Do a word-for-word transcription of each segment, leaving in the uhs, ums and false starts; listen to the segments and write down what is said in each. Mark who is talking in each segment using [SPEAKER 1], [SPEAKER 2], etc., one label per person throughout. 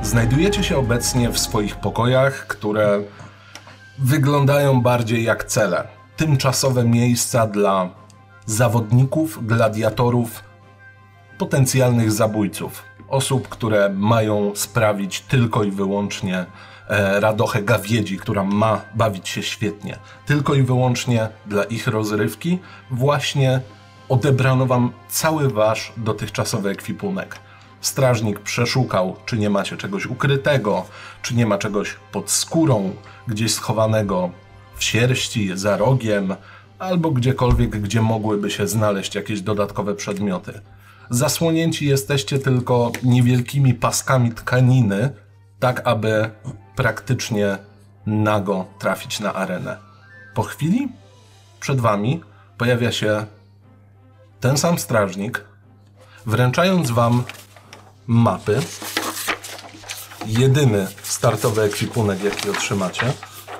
[SPEAKER 1] Znajdujecie się obecnie w swoich pokojach, które wyglądają bardziej jak cele. Tymczasowe miejsca dla zawodników, gladiatorów, potencjalnych zabójców. Osób, które mają sprawić tylko i wyłącznie e, radochę gawiedzi, która ma bawić się świetnie. Tylko i wyłącznie dla ich rozrywki właśnie odebrano wam cały wasz dotychczasowy ekwipunek. Strażnik przeszukał, czy nie macie czegoś ukrytego, czy nie ma czegoś pod skórą, gdzieś schowanego w sierści, za rogiem, albo gdziekolwiek, gdzie mogłyby się znaleźć jakieś dodatkowe przedmioty. Zasłonięci jesteście tylko niewielkimi paskami tkaniny, tak aby praktycznie nago trafić na arenę. Po chwili przed wami pojawia się ten sam strażnik, wręczając wam mapy. Jedyny startowy ekwipunek, jaki otrzymacie.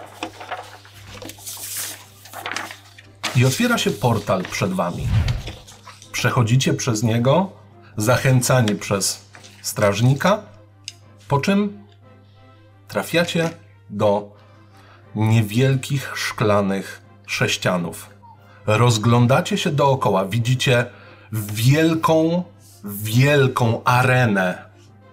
[SPEAKER 1] I otwiera się portal przed wami. Przechodzicie przez niego, zachęcani przez strażnika, po czym trafiacie do niewielkich szklanych sześcianów. Rozglądacie się dookoła, widzicie wielką, wielką arenę,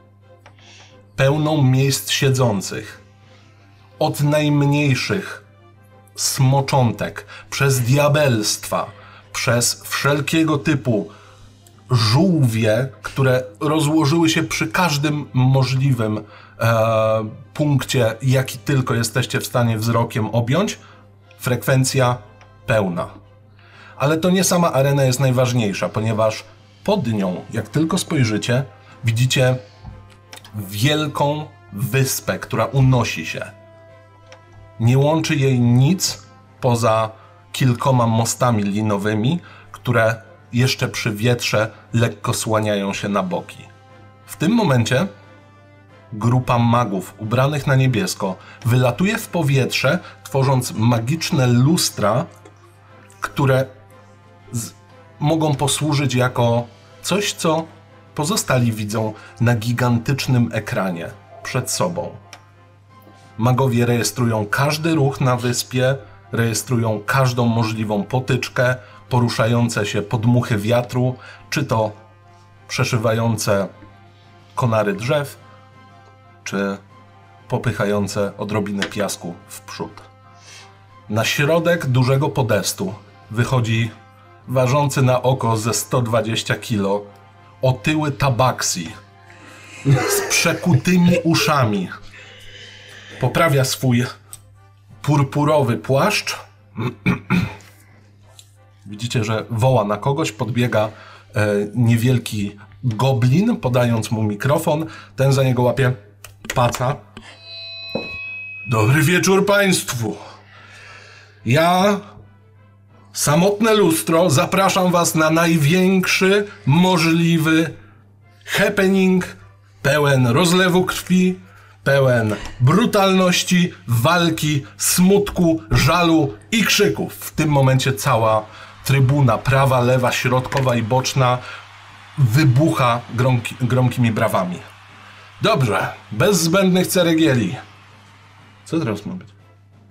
[SPEAKER 1] pełną miejsc siedzących. Od najmniejszych smoczątek, przez diabelstwa, przez wszelkiego typu żółwie, które rozłożyły się przy każdym możliwym e, punkcie, jaki tylko jesteście w stanie wzrokiem objąć, frekwencja pełna. Ale to nie sama arena jest najważniejsza, ponieważ pod nią, jak tylko spojrzycie, widzicie wielką wyspę, która unosi się. Nie łączy jej nic poza kilkoma mostami linowymi, które jeszcze przy wietrze lekko słaniają się na boki. W tym momencie grupa magów ubranych na niebiesko wylatuje w powietrze, tworząc magiczne lustra, które z- mogą posłużyć jako coś, co pozostali widzą na gigantycznym ekranie przed sobą. Magowie rejestrują każdy ruch na wyspie, rejestrują każdą możliwą potyczkę, poruszające się podmuchy wiatru, czy to przeszywające konary drzew, czy popychające odrobinę piasku w przód. Na środek dużego podestu wychodzi ważący na oko ze sto dwadzieścia kilo otyły tabaksi z przekutymi uszami. Poprawia swój purpurowy płaszcz. Widzicie, że woła na kogoś, podbiega e, niewielki goblin, podając mu mikrofon. Ten za niego łapie paca. Dobry wieczór państwu. Ja, samotne lustro, zapraszam was na największy możliwy happening, pełen rozlewu krwi, pełen brutalności, walki, smutku, żalu i krzyków. W tym momencie cała trybuna, prawa, lewa, środkowa i boczna wybucha gromki, gromkimi brawami. Dobrze, bez zbędnych ceregieli. Co teraz ma być?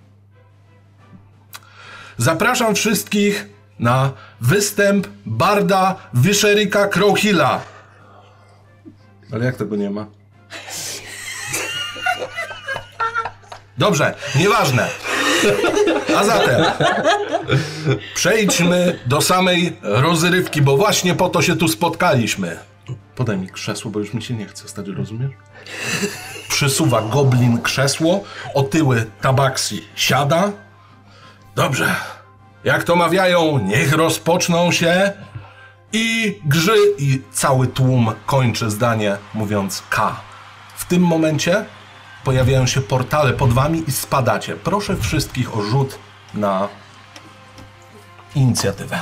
[SPEAKER 1] Zapraszam wszystkich na występ barda Wyszerika Crowhilla. Ale jak tego nie ma? Dobrze, nieważne. A zatem przejdźmy do samej rozrywki, bo właśnie po to się tu spotkaliśmy. Podaj mi krzesło, bo już mi się nie chce stać, rozumiesz? Przysuwa goblin krzesło, otyły tabaksi siada. Dobrze, jak to mawiają, niech rozpoczną się i grzy, i cały tłum kończy zdanie mówiąc K. W tym momencie pojawiają się portale pod wami i spadacie. Proszę wszystkich o rzut na inicjatywę.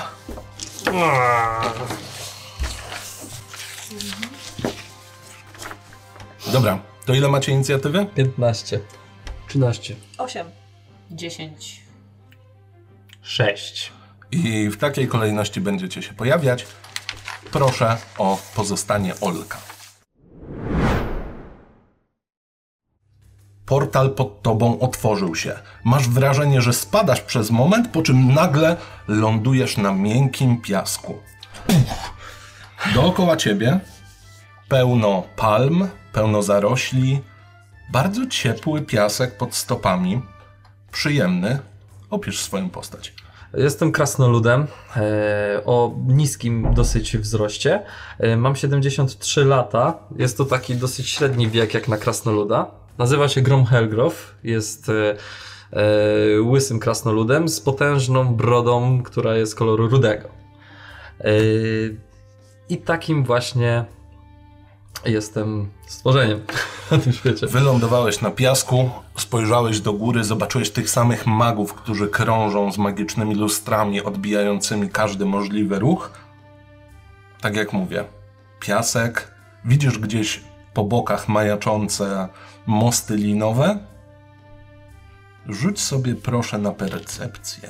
[SPEAKER 1] Dobra, to ile macie inicjatywy?
[SPEAKER 2] piętnaście.
[SPEAKER 3] trzynaście.
[SPEAKER 4] osiem. dziesięć.
[SPEAKER 2] sześć.
[SPEAKER 1] I w takiej kolejności będziecie się pojawiać. Proszę o pozostanie Olka. Portal pod tobą otworzył się. Masz wrażenie, że spadasz przez moment, po czym nagle lądujesz na miękkim piasku. Dookoła ciebie pełno palm, pełno zarośli, bardzo ciepły piasek pod stopami. Przyjemny. Opisz swoją postać.
[SPEAKER 2] Jestem krasnoludem e, o niskim dosyć wzroście. E, mam siedemdziesiąt trzy lata. Jest to taki dosyć średni wiek jak na krasnoluda. Nazywa się Grom Helgroth. Jest e, e, łysym krasnoludem z potężną brodą, która jest koloru rudego. E, I takim właśnie jestem stworzeniem na tym świecie.
[SPEAKER 1] Wylądowałeś na piasku, spojrzałeś do góry, zobaczyłeś tych samych magów, którzy krążą z magicznymi lustrami odbijającymi każdy możliwy ruch. Tak jak mówię, piasek, widzisz gdzieś po bokach majaczące mosty linowe. Rzuć sobie proszę na percepcję.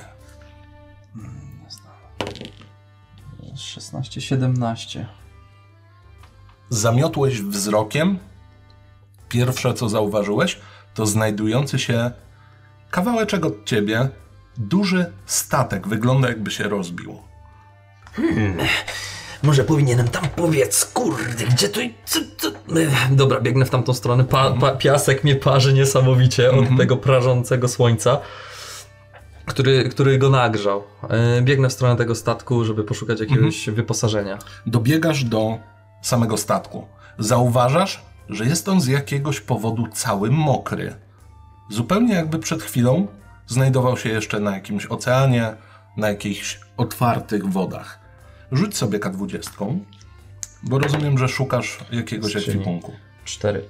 [SPEAKER 2] szesnaście, siedemnaście.
[SPEAKER 1] Zamiotłeś wzrokiem. Pierwsze, co zauważyłeś, to znajdujący się kawałeczek od ciebie duży statek. Wygląda, jakby się rozbił.
[SPEAKER 2] Hmm. Może powinienem tam powiedz, kurde, gdzie tu... Co, co? Dobra, biegnę w tamtą stronę. Pa, pa, piasek mnie parzy niesamowicie od mm-hmm. tego prażącego słońca, który, który go nagrzał. Biegnę w stronę tego statku, żeby poszukać jakiegoś mm-hmm. wyposażenia.
[SPEAKER 1] Dobiegasz do samego statku. Zauważasz, że jest on z jakiegoś powodu cały mokry. Zupełnie jakby przed chwilą znajdował się jeszcze na jakimś oceanie, na jakichś otwartych wodach. Rzuć sobie K dwadzieścia, bo rozumiem, że szukasz jakiegoś ekwipunku.
[SPEAKER 2] Cztery.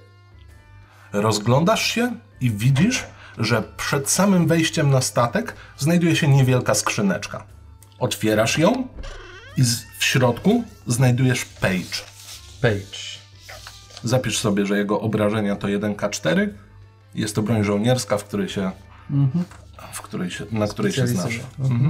[SPEAKER 1] Rozglądasz się i widzisz, że przed samym wejściem na statek znajduje się niewielka skrzyneczka. Otwierasz ją i z, w środku znajdujesz Page.
[SPEAKER 2] Page.
[SPEAKER 1] Zapisz sobie, że jego obrażenia to jeden K cztery. Jest to broń żołnierska, w której się, mm-hmm. w której się, na której się znasz. Mm-hmm.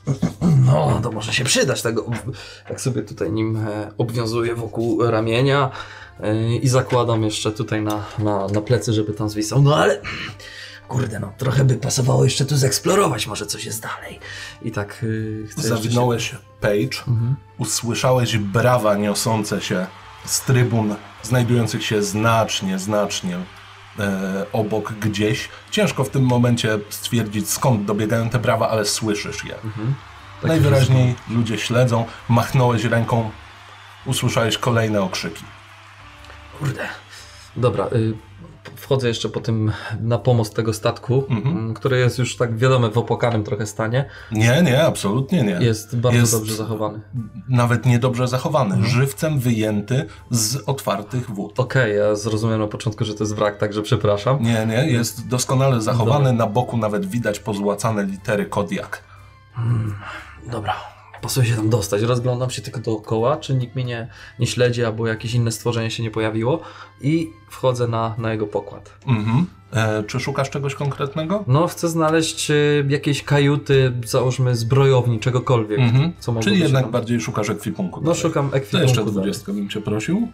[SPEAKER 2] No, to może się przydać tego. Jak sobie tutaj nim e, obwiązuję wokół ramienia e, i zakładam jeszcze tutaj na, na, na plecy, żeby tam zwisał. No ale kurde, no trochę by pasowało jeszcze tu zeksplorować, może coś jest dalej. I tak e, chcę
[SPEAKER 1] zawinąłeś się... Page, mhm. usłyszałeś brawa niosące się z trybun znajdujących się znacznie, znacznie e, obok gdzieś. Ciężko w tym momencie stwierdzić, skąd dobiegają te brawa, ale słyszysz je. Mhm. Tak najwyraźniej ludzie śledzą. Machnąłeś ręką, usłyszałeś kolejne okrzyki.
[SPEAKER 2] Kurde. Dobra, y, wchodzę jeszcze po tym na pomost tego statku, mhm. który jest już tak wiadomo w opłakanym trochę stanie.
[SPEAKER 1] Nie, nie, absolutnie nie.
[SPEAKER 2] Jest bardzo jest dobrze zachowany.
[SPEAKER 1] Nawet niedobrze zachowany. Mhm. Żywcem wyjęty z otwartych wód.
[SPEAKER 2] Okej, okay, ja zrozumiałem na początku, że to jest wrak, także przepraszam.
[SPEAKER 1] Nie, nie, jest doskonale zachowany. Dobra. Na boku nawet widać pozłacane litery Kodiak.
[SPEAKER 2] Hmm, dobra. Pasuje się tam dostać. Rozglądam się tylko dookoła, czy nikt mnie nie, nie śledzi, albo jakieś inne stworzenie się nie pojawiło i wchodzę na, na jego pokład.
[SPEAKER 1] Mhm. E, czy szukasz czegoś konkretnego?
[SPEAKER 2] No, chcę znaleźć e, jakieś kajuty, załóżmy zbrojowni, czegokolwiek. Mhm. Co
[SPEAKER 1] Czyli jednak tam... bardziej szukasz ekwipunku.
[SPEAKER 2] No, dalej. Szukam ekwipunku.
[SPEAKER 1] To jeszcze dwudziestkę bym cię prosił.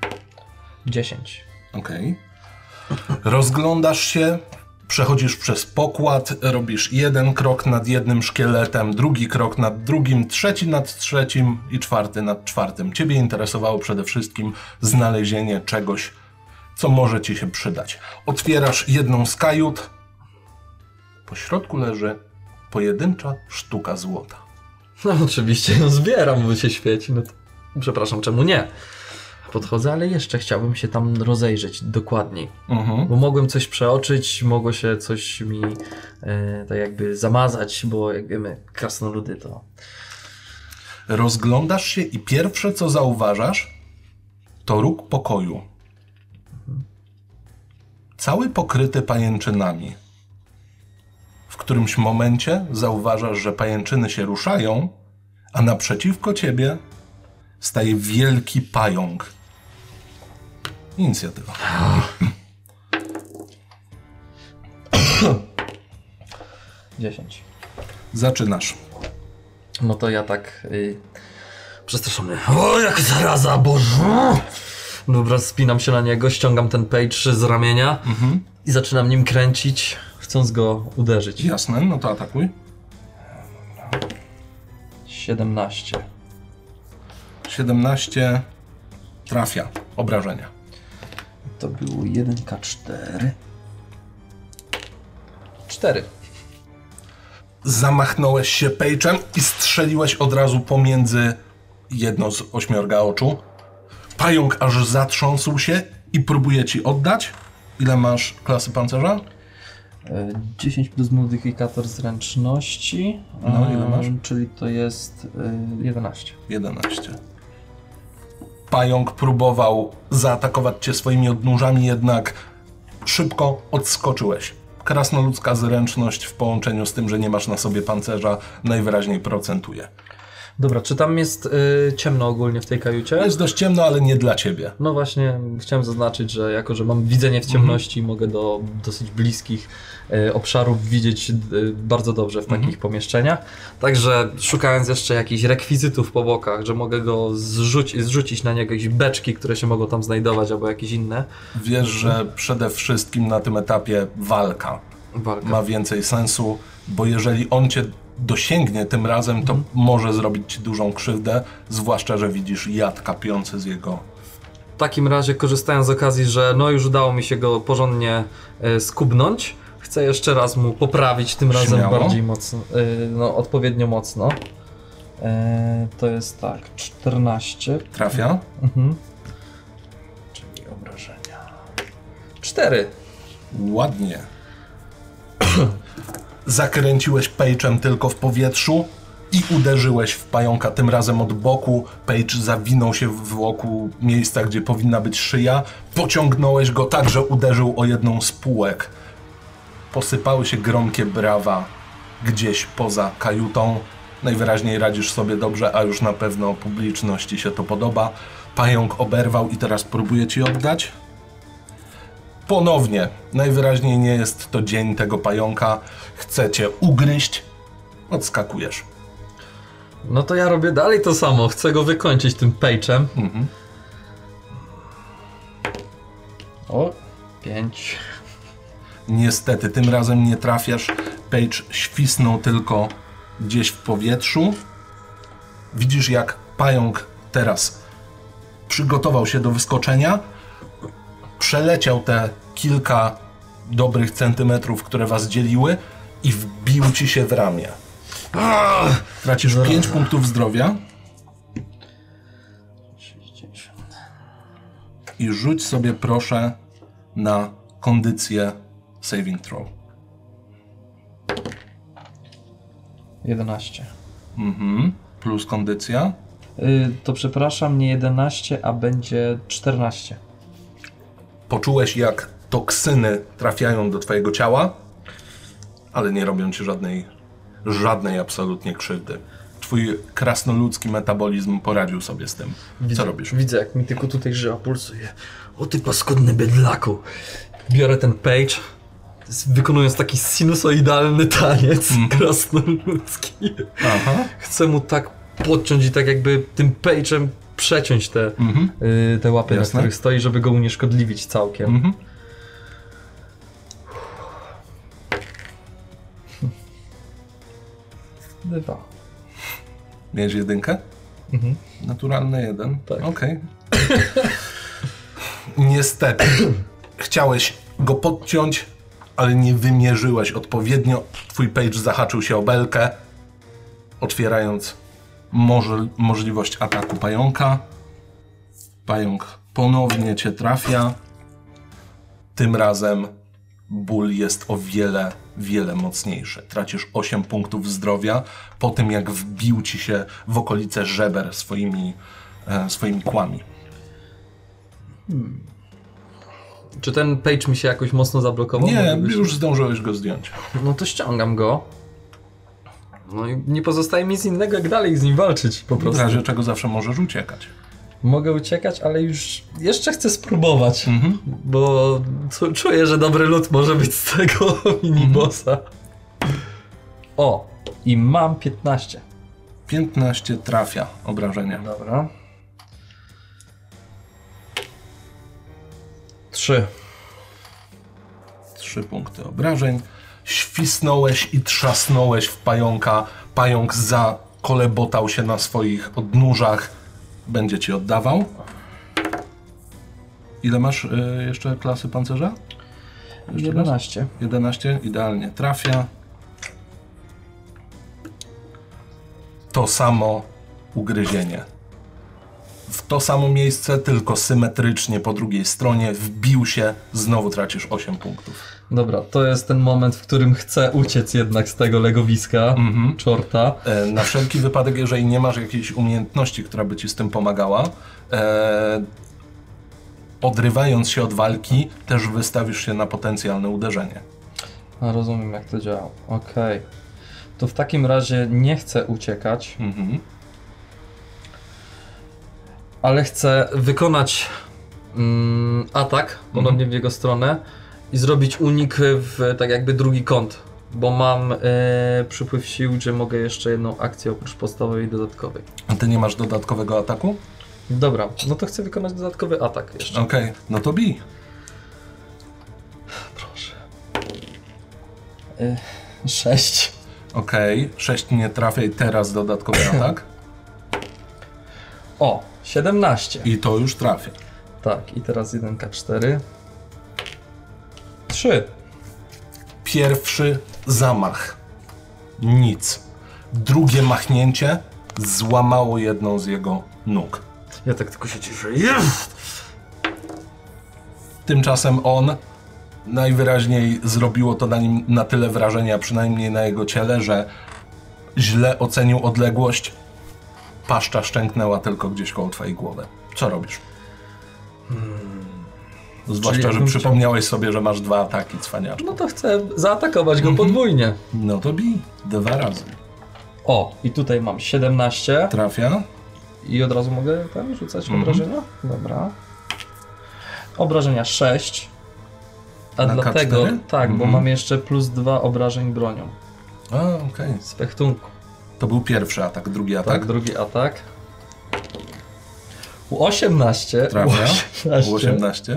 [SPEAKER 2] Dziesięć.
[SPEAKER 1] Okej. Okay. Rozglądasz się. Przechodzisz przez pokład, robisz jeden krok nad jednym szkieletem, drugi krok nad drugim, trzeci nad trzecim i czwarty nad czwartym. Ciebie interesowało przede wszystkim znalezienie czegoś, co może ci się przydać. Otwierasz jedną z kajut. Po środku leży pojedyncza sztuka złota.
[SPEAKER 2] No oczywiście ją zbieram, bo się świeci. No to, przepraszam, czemu nie? Podchodzę, ale jeszcze chciałbym się tam rozejrzeć dokładniej, mhm. bo mogłem coś przeoczyć, mogło się coś mi e, tak jakby zamazać, bo jak wiemy, krasnoludy to...
[SPEAKER 1] Rozglądasz się i pierwsze, co zauważasz, to róg pokoju. Mhm. Cały pokryty pajęczynami. W którymś momencie zauważasz, że pajęczyny się ruszają, a naprzeciwko ciebie staje wielki pająk. Inicjatywa.
[SPEAKER 2] Dziesięć.
[SPEAKER 1] Zaczynasz.
[SPEAKER 2] No to ja tak yy, przestraszony. O, jak zaraza, Boże! Dobra, spinam się na niego, ściągam ten page z ramienia. Mhm. I zaczynam nim kręcić, chcąc go uderzyć.
[SPEAKER 1] Jasne, no to atakuj.
[SPEAKER 2] siedemnaście.
[SPEAKER 1] siedemnaście trafia. Obrażenia.
[SPEAKER 2] To było jeden K cztery. cztery.
[SPEAKER 1] Zamachnąłeś się pejczem i strzeliłeś od razu pomiędzy jedno z ośmiorga oczu. Pająk aż zatrząsł się i próbuje ci oddać. Ile masz klasy pancerza?
[SPEAKER 2] dziesięć plus modyfikator zręczności.
[SPEAKER 1] No, ile masz?
[SPEAKER 2] Czyli to jest jedenaście.
[SPEAKER 1] jedenaście. Pająk próbował zaatakować cię swoimi odnóżami, jednak szybko odskoczyłeś. Krasnoludzka zręczność w połączeniu z tym, że nie masz na sobie pancerza, najwyraźniej procentuje.
[SPEAKER 2] Dobra, czy tam jest y, ciemno ogólnie w tej kajucie?
[SPEAKER 1] Jest dość ciemno, ale nie dla ciebie.
[SPEAKER 2] No właśnie, chciałem zaznaczyć, że jako, że mam widzenie w ciemności, mm. mogę do dosyć bliskich y, obszarów widzieć y, bardzo dobrze w takich mm. pomieszczeniach. Także szukając jeszcze jakichś rekwizytów po bokach, że mogę go zrzucić, zrzucić na niego jakieś beczki, które się mogą tam znajdować, albo jakieś inne.
[SPEAKER 1] Wiesz, że przede wszystkim na tym etapie walka,
[SPEAKER 2] walka
[SPEAKER 1] ma więcej sensu, bo jeżeli on cię dosięgnie tym razem, to mm. może zrobić ci dużą krzywdę, zwłaszcza, że widzisz jad kapiący z jego...
[SPEAKER 2] W takim razie, korzystając z okazji, że no już udało mi się go porządnie e, skubnąć, chcę jeszcze raz mu poprawić, tym razem
[SPEAKER 1] Śmiało.
[SPEAKER 2] bardziej mocno, e, no odpowiednio mocno. E, to jest tak, czternaście.
[SPEAKER 1] Trafia?
[SPEAKER 2] Mhm. Czyli obrażenia. cztery.
[SPEAKER 1] Ładnie. Zakręciłeś pejczem tylko w powietrzu i uderzyłeś w pająka, tym razem od boku. Pejcz zawinął się wokół miejsca, gdzie powinna być szyja. Pociągnąłeś go tak, że uderzył o jedną z półek. Posypały się gromkie brawa gdzieś poza kajutą. Najwyraźniej radzisz sobie dobrze, a już na pewno publiczności się to podoba. Pająk oberwał i teraz próbuje ci oddać. Ponownie, najwyraźniej nie jest to dzień tego pająka. Chce cię ugryźć, odskakujesz.
[SPEAKER 2] No to ja robię dalej to samo, chcę go wykończyć tym pejczem.
[SPEAKER 1] Mhm.
[SPEAKER 2] O, pięć.
[SPEAKER 1] Niestety, tym razem nie trafiasz. Page świsnął tylko gdzieś w powietrzu. Widzisz, jak pająk teraz przygotował się do wyskoczenia. Przeleciał te kilka dobrych centymetrów, które was dzieliły i wbił ci się w ramię. Tracisz pięć punktów zdrowia.
[SPEAKER 2] sześćdziesiąt.
[SPEAKER 1] I rzuć sobie proszę na kondycję saving throw.
[SPEAKER 2] jedenaście.
[SPEAKER 1] Mhm. Plus kondycja.
[SPEAKER 2] Yy, to przepraszam, nie jedenaście, a będzie czternaście.
[SPEAKER 1] Poczułeś, jak toksyny trafiają do twojego ciała, ale nie robią ci żadnej, żadnej absolutnie krzywdy. Twój krasnoludzki metabolizm poradził sobie z tym.
[SPEAKER 2] Widzę,
[SPEAKER 1] Co robisz?
[SPEAKER 2] Widzę, jak mi tylko tutaj żyła pulsuje. O ty paskudny bydlaku. Biorę ten page, wykonując taki sinusoidalny taniec mm. krasnoludzki. Aha. Chcę mu tak podciąć i tak jakby tym page'em przeciąć te, mm-hmm. y, te łapy, Jasne. na których stoi, żeby go unieszkodliwić całkiem. Mm-hmm. Dwa.
[SPEAKER 1] Miałeś jedynkę? Mhm. Naturalny jeden?
[SPEAKER 2] Tak.
[SPEAKER 1] Okej. Okay. Niestety. Chciałeś go podciąć, ale nie wymierzyłeś odpowiednio. Twój page zahaczył się o belkę, otwierając moż- możliwość ataku pająka. Pająk ponownie cię trafia. Tym razem ból jest o wiele, wiele mocniejszy. Tracisz osiem punktów zdrowia po tym, jak wbił ci się w okolice żeber swoimi, e, swoimi kłami.
[SPEAKER 2] Hmm. Czy ten page mi się jakoś mocno zablokował?
[SPEAKER 1] Nie, już zdążyłeś go zdjąć.
[SPEAKER 2] No to ściągam go. No i nie pozostaje mi nic innego, jak dalej z nim walczyć po prostu.
[SPEAKER 1] W razie czego zawsze możesz uciekać.
[SPEAKER 2] Mogę uciekać, ale już jeszcze chcę spróbować, mhm. bo czuję, że dobry lód może być z tego minibossa. Mhm. O, i mam piętnaście.
[SPEAKER 1] piętnaście trafia obrażenia.
[SPEAKER 2] Dobra. trzy.
[SPEAKER 1] trzy punkty obrażeń. Świsnąłeś i trzasnąłeś w pająka. Pająk zakolebotał się na swoich odnóżach. Będzie ci oddawał. Ile masz y, jeszcze klasy pancerza? Jeszcze
[SPEAKER 2] jedenaście.
[SPEAKER 1] Raz? jedenaście, idealnie trafia. To samo ugryzienie. W to samo miejsce, tylko symetrycznie po drugiej stronie wbił się, znowu tracisz osiem punktów.
[SPEAKER 2] Dobra, to jest ten moment, w którym chcę uciec jednak z tego legowiska,
[SPEAKER 1] Mhm.
[SPEAKER 2] czorta.
[SPEAKER 1] E, na wszelki wypadek, jeżeli nie masz jakiejś umiejętności, która by ci z tym pomagała, e, odrywając się od walki, też wystawisz się na potencjalne uderzenie.
[SPEAKER 2] A rozumiem, jak to działa. Okej. To w takim razie nie chcę uciekać,
[SPEAKER 1] Mhm.
[SPEAKER 2] ale chcę wykonać mm, atak ponownie w jego stronę i zrobić unik w tak jakby drugi kąt, bo mam e, przypływ sił, gdzie mogę jeszcze jedną akcję oprócz podstawowej i dodatkowej.
[SPEAKER 1] A ty nie masz dodatkowego ataku?
[SPEAKER 2] Dobra, no to chcę wykonać dodatkowy atak jeszcze.
[SPEAKER 1] Okej, okay. No to bij.
[SPEAKER 2] Proszę. Y, sześć.
[SPEAKER 1] Okej, okay. sześć nie trafia i teraz dodatkowy atak.
[SPEAKER 2] O, siedemnaście.
[SPEAKER 1] I to już trafia.
[SPEAKER 2] Tak, i teraz jeden K cztery. trzy.
[SPEAKER 1] Pierwszy zamach. Nic. Drugie machnięcie złamało jedną z jego nóg.
[SPEAKER 2] Ja tak tylko się cieszę. Jest!
[SPEAKER 1] Tymczasem on najwyraźniej zrobiło to na nim na tyle wrażenia, przynajmniej na jego ciele, że źle ocenił odległość. Paszcza szczęknęła tylko gdzieś koło twojej głowy. Co robisz? Hmm. Zwłaszcza, że przypomniałeś sobie, że masz dwa ataki, cwaniaczku.
[SPEAKER 2] No to chcę zaatakować go podwójnie.
[SPEAKER 1] No to bij. Dwa razy.
[SPEAKER 2] O, i tutaj mam siedemnaście.
[SPEAKER 1] Trafia.
[SPEAKER 2] I od razu mogę tam rzucać
[SPEAKER 1] Mhm.
[SPEAKER 2] obrażenia? Dobra. Obrażenia sześć. A
[SPEAKER 1] Na
[SPEAKER 2] dlatego,
[SPEAKER 1] K cztery?
[SPEAKER 2] tak, bo
[SPEAKER 1] Mhm.
[SPEAKER 2] mam jeszcze plus dwa obrażeń bronią.
[SPEAKER 1] A, okej. Okay.
[SPEAKER 2] Z fechtunku.
[SPEAKER 1] To był pierwszy atak, drugi atak.
[SPEAKER 2] Tak, drugi atak. U osiemnaście.
[SPEAKER 1] Trafia.
[SPEAKER 2] U osiemnaście.
[SPEAKER 1] U osiemnaście.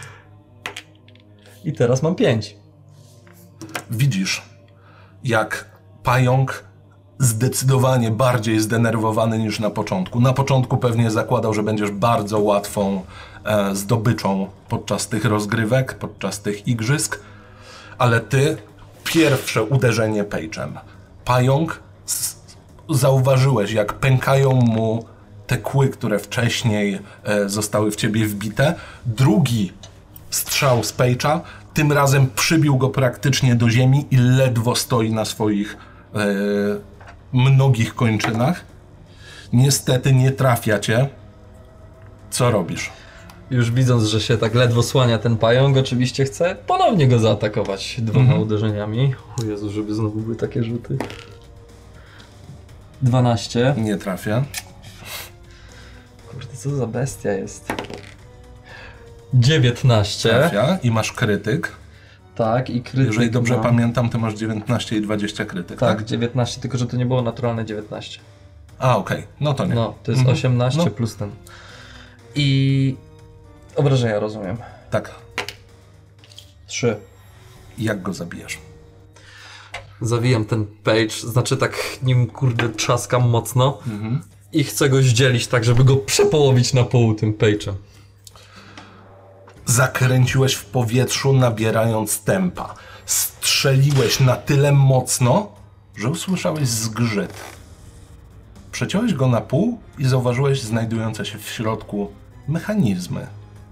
[SPEAKER 2] I teraz mam pięć.
[SPEAKER 1] Widzisz, jak pająk zdecydowanie bardziej zdenerwowany niż na początku. Na początku pewnie zakładał, że będziesz bardzo łatwą e, zdobyczą podczas tych rozgrywek, podczas tych igrzysk, ale ty pierwsze uderzenie pejczem. Pająk, s- zauważyłeś, jak pękają mu te kły, które wcześniej e, zostały w ciebie wbite. Drugi strzał z pejcza, tym razem przybił go praktycznie do ziemi i ledwo stoi na swoich e, mnogich kończynach. Niestety nie trafia cię. Co robisz?
[SPEAKER 2] Już widząc, że się tak ledwo słania ten pająk, oczywiście chcę ponownie go zaatakować dwoma
[SPEAKER 1] Mhm.
[SPEAKER 2] uderzeniami. O Jezu, żeby znowu były takie rzuty. dwanaście.
[SPEAKER 1] Nie trafia.
[SPEAKER 2] Kurde, co za bestia jest. dziewiętnaście.
[SPEAKER 1] Trafia i masz krytyk.
[SPEAKER 2] Tak, i krytyk.
[SPEAKER 1] Jeżeli dobrze
[SPEAKER 2] mam.
[SPEAKER 1] pamiętam, to masz dziewiętnaście i dwadzieścia krytyk,
[SPEAKER 2] Tak,
[SPEAKER 1] tak?
[SPEAKER 2] dziewiętnaście, tylko że to nie było naturalne dziewiętnaście.
[SPEAKER 1] A, okej. Okay. No to nie.
[SPEAKER 2] No, to jest
[SPEAKER 1] Mhm.
[SPEAKER 2] osiemnaście
[SPEAKER 1] No.
[SPEAKER 2] plus ten. I obrażenia rozumiem.
[SPEAKER 1] Tak.
[SPEAKER 2] trzy.
[SPEAKER 1] Jak go zabijasz?
[SPEAKER 2] Zawijam ten page, znaczy tak nim kurde trzaskam mocno
[SPEAKER 1] Mhm.
[SPEAKER 2] i chcę go zdzielić tak, żeby go przepołowić na pół tym page'em.
[SPEAKER 1] Zakręciłeś w powietrzu, nabierając tempa. Strzeliłeś na tyle mocno, że usłyszałeś zgrzyt. Przeciąłeś go na pół i zauważyłeś znajdujące się w środku mechanizmy.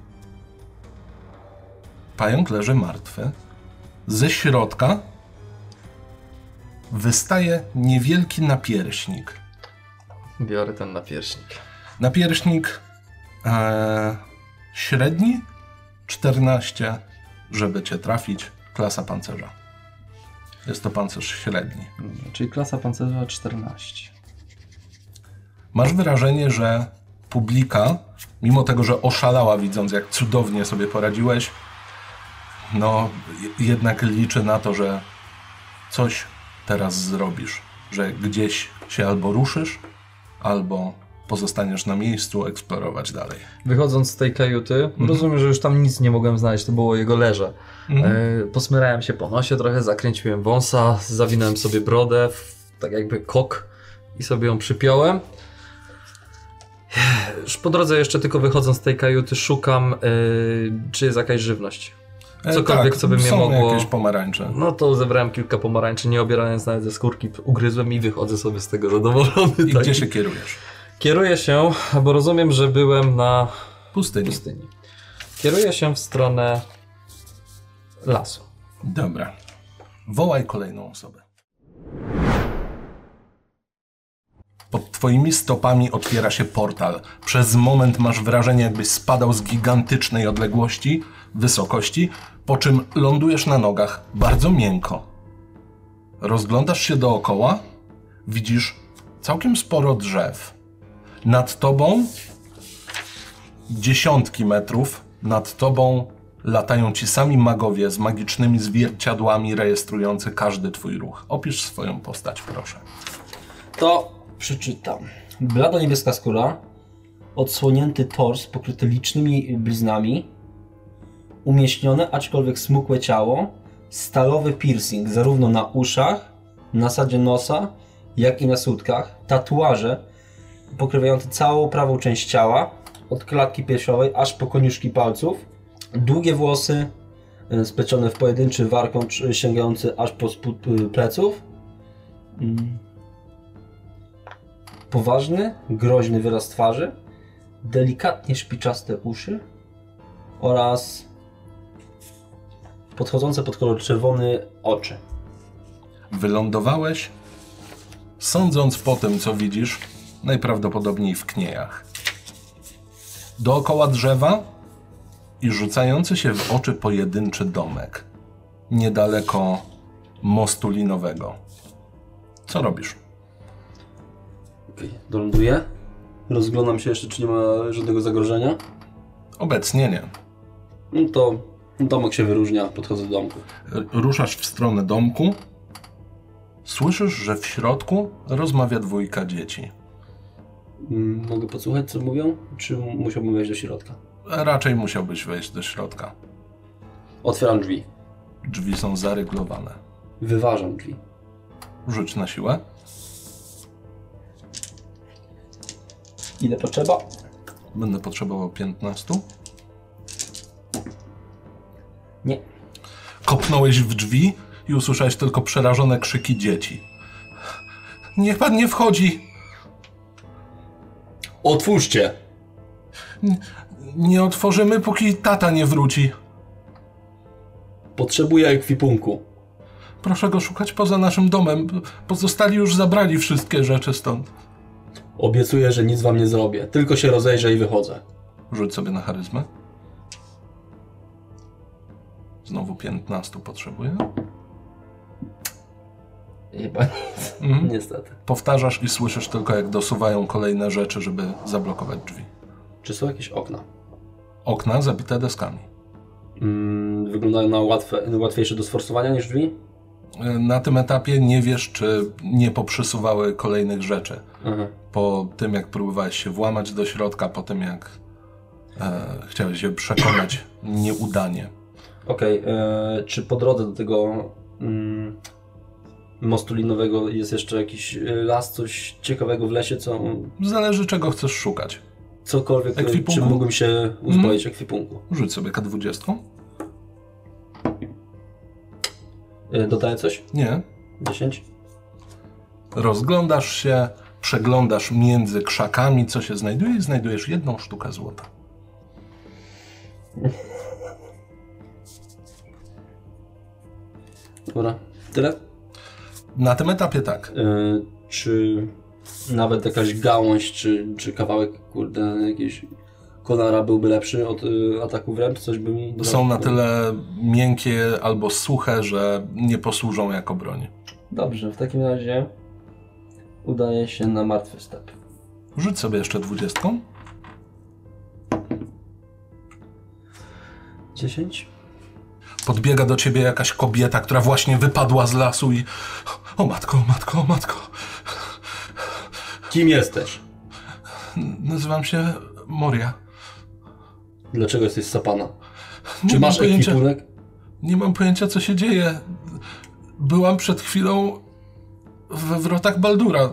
[SPEAKER 1] Pająk leży martwy. Ze środka wystaje niewielki napierśnik.
[SPEAKER 2] Biorę ten napierśnik.
[SPEAKER 1] Napierśnik e, średni, czternaście, żeby cię trafić, klasa pancerza. Jest to pancerz średni.
[SPEAKER 2] Czyli klasa pancerza czternaście.
[SPEAKER 1] Masz wrażenie, że publika, mimo tego, że oszalała widząc, jak cudownie sobie poradziłeś, no je- jednak liczy na to, że coś teraz zrobisz. Że gdzieś się albo ruszysz, albo pozostaniesz na miejscu, eksplorować dalej.
[SPEAKER 2] Wychodząc z tej kajuty, mhm. rozumiem, że już tam nic nie mogłem znaleźć, to było jego leże. Mhm. E, posmyrałem się po nosie trochę, zakręciłem wąsa, zawinąłem sobie brodę, w, tak jakby kok i sobie ją przypiąłem. Już po drodze jeszcze tylko wychodząc z tej kajuty szukam, e, czy jest jakaś żywność. Cokolwiek,
[SPEAKER 1] e, tak,
[SPEAKER 2] co by mnie
[SPEAKER 1] są
[SPEAKER 2] mogło...
[SPEAKER 1] jakieś pomarańcze.
[SPEAKER 2] No to zebrałem kilka pomarańczy, nie obierając nawet ze skórki, ugryzłem i wychodzę sobie z tego zadowolony.
[SPEAKER 1] I
[SPEAKER 2] tak.
[SPEAKER 1] gdzie się kierujesz?
[SPEAKER 2] Kieruję się, bo rozumiem, że byłem na
[SPEAKER 1] pustyni.
[SPEAKER 2] pustyni. Kieruję się w stronę lasu.
[SPEAKER 1] Dobra. Wołaj kolejną osobę. Pod twoimi stopami otwiera się portal. Przez moment masz wrażenie, jakbyś spadał z gigantycznej odległości, wysokości, po czym lądujesz na nogach, bardzo miękko. Rozglądasz się dookoła, widzisz całkiem sporo drzew. Nad tobą dziesiątki metrów, nad tobą latają ci sami magowie z magicznymi zwierciadłami rejestrujący każdy twój ruch. Opisz swoją postać, proszę.
[SPEAKER 3] To przeczytam. Blada niebieska skóra, odsłonięty tors pokryty licznymi bliznami, umieśnione, aczkolwiek smukłe ciało, stalowy piercing zarówno na uszach, na sadzie nosa, jak i na sutkach, tatuaże pokrywające całą prawą część ciała, od klatki piersiowej aż po koniuszki palców, długie włosy splecione w pojedynczy warkocz sięgający aż po spód pleców, poważny, groźny wyraz twarzy, delikatnie szpiczaste uszy oraz podchodzące pod kolor czerwony oczy.
[SPEAKER 1] Wylądowałeś, sądząc po tym, co widzisz, najprawdopodobniej w kniejach. Dookoła drzewa i rzucający się w oczy pojedynczy domek. Niedaleko mostu linowego. Co robisz?
[SPEAKER 3] Okay, doląduję. Rozglądam się jeszcze, czy nie ma żadnego zagrożenia.
[SPEAKER 1] Obecnie nie.
[SPEAKER 3] No to domek się wyróżnia, podchodzę do domku.
[SPEAKER 1] Ruszasz w stronę domku. Słyszysz, że w środku rozmawia dwójka dzieci.
[SPEAKER 3] Mogę podsłuchać, co mówią? Czy musiałbym wejść do środka?
[SPEAKER 1] Raczej musiałbyś wejść do środka.
[SPEAKER 3] Otwieram drzwi.
[SPEAKER 1] Drzwi są zaryglowane.
[SPEAKER 3] Wyważam drzwi.
[SPEAKER 1] Rzuć na siłę.
[SPEAKER 3] Ile potrzeba?
[SPEAKER 1] Będę potrzebował piętnastu.
[SPEAKER 3] Nie.
[SPEAKER 1] Kopnąłeś w drzwi i usłyszałeś tylko przerażone krzyki dzieci. Niech pan nie wchodzi!
[SPEAKER 3] Otwórzcie!
[SPEAKER 1] N- nie otworzymy, póki tata nie wróci.
[SPEAKER 3] Potrzebuję ekwipunku.
[SPEAKER 1] Proszę go szukać poza naszym domem. Pozostali już zabrali wszystkie rzeczy stąd.
[SPEAKER 3] Obiecuję, że nic wam nie zrobię. Tylko się rozejrzę i wychodzę.
[SPEAKER 1] Rzuć sobie na charyzmę. Znowu piętnastu potrzebuję.
[SPEAKER 3] Chyba nic.
[SPEAKER 1] Mhm.
[SPEAKER 3] Niestety.
[SPEAKER 1] Powtarzasz i słyszysz tylko, jak dosuwają kolejne rzeczy, żeby zablokować drzwi.
[SPEAKER 3] Czy są jakieś okna?
[SPEAKER 1] Okna zabite deskami.
[SPEAKER 3] Mm, wyglądają na łatwe, łatwiejsze do sforsowania niż drzwi?
[SPEAKER 1] Na tym etapie nie wiesz, czy nie poprzysuwały kolejnych rzeczy.
[SPEAKER 3] Aha.
[SPEAKER 1] Po tym, jak próbowałeś się włamać do środka, po tym, jak e, chciałeś się przekonać nieudanie.
[SPEAKER 3] Okej, okay, czy po drodze do tego mm, mostu linowego jest jeszcze jakiś las, coś ciekawego w lesie, co...
[SPEAKER 1] Zależy, czego chcesz szukać.
[SPEAKER 3] Cokolwiek,
[SPEAKER 1] Ekwipunku?
[SPEAKER 3] czym mógłbym się uzbroić mm. ekwipunku.
[SPEAKER 1] Rzuć sobie K dwadzieścia.
[SPEAKER 3] Dodaję coś?
[SPEAKER 1] Nie.
[SPEAKER 3] dziesięć.
[SPEAKER 1] Rozglądasz się, przeglądasz między krzakami, co się znajduje i znajdujesz jedną sztukę złota.
[SPEAKER 3] Dobra, tyle?
[SPEAKER 1] Na tym etapie tak.
[SPEAKER 3] Yy, czy nawet jakaś gałąź, czy, czy kawałek, kurde, jakiejś konara byłby lepszy od y, ataku w ręb? Coś by mi...
[SPEAKER 1] Są na tyle miękkie albo suche, że nie posłużą jako broń.
[SPEAKER 3] Dobrze, w takim razie udaje się na martwy step.
[SPEAKER 1] Rzuć sobie jeszcze dwudziestką.
[SPEAKER 3] dziesięć.
[SPEAKER 1] Podbiega do ciebie jakaś kobieta, która właśnie wypadła z lasu i... O matko, o matko, o matko.
[SPEAKER 3] Kim jesteś?
[SPEAKER 1] Nazywam się Moria.
[SPEAKER 5] Dlaczego jesteś sapana?
[SPEAKER 1] Nie
[SPEAKER 5] Czy
[SPEAKER 1] mam
[SPEAKER 5] masz
[SPEAKER 1] pojęcia,
[SPEAKER 5] ekwipunek?
[SPEAKER 1] nie mam pojęcia, co się dzieje. Byłam przed chwilą we wrotach Baldura.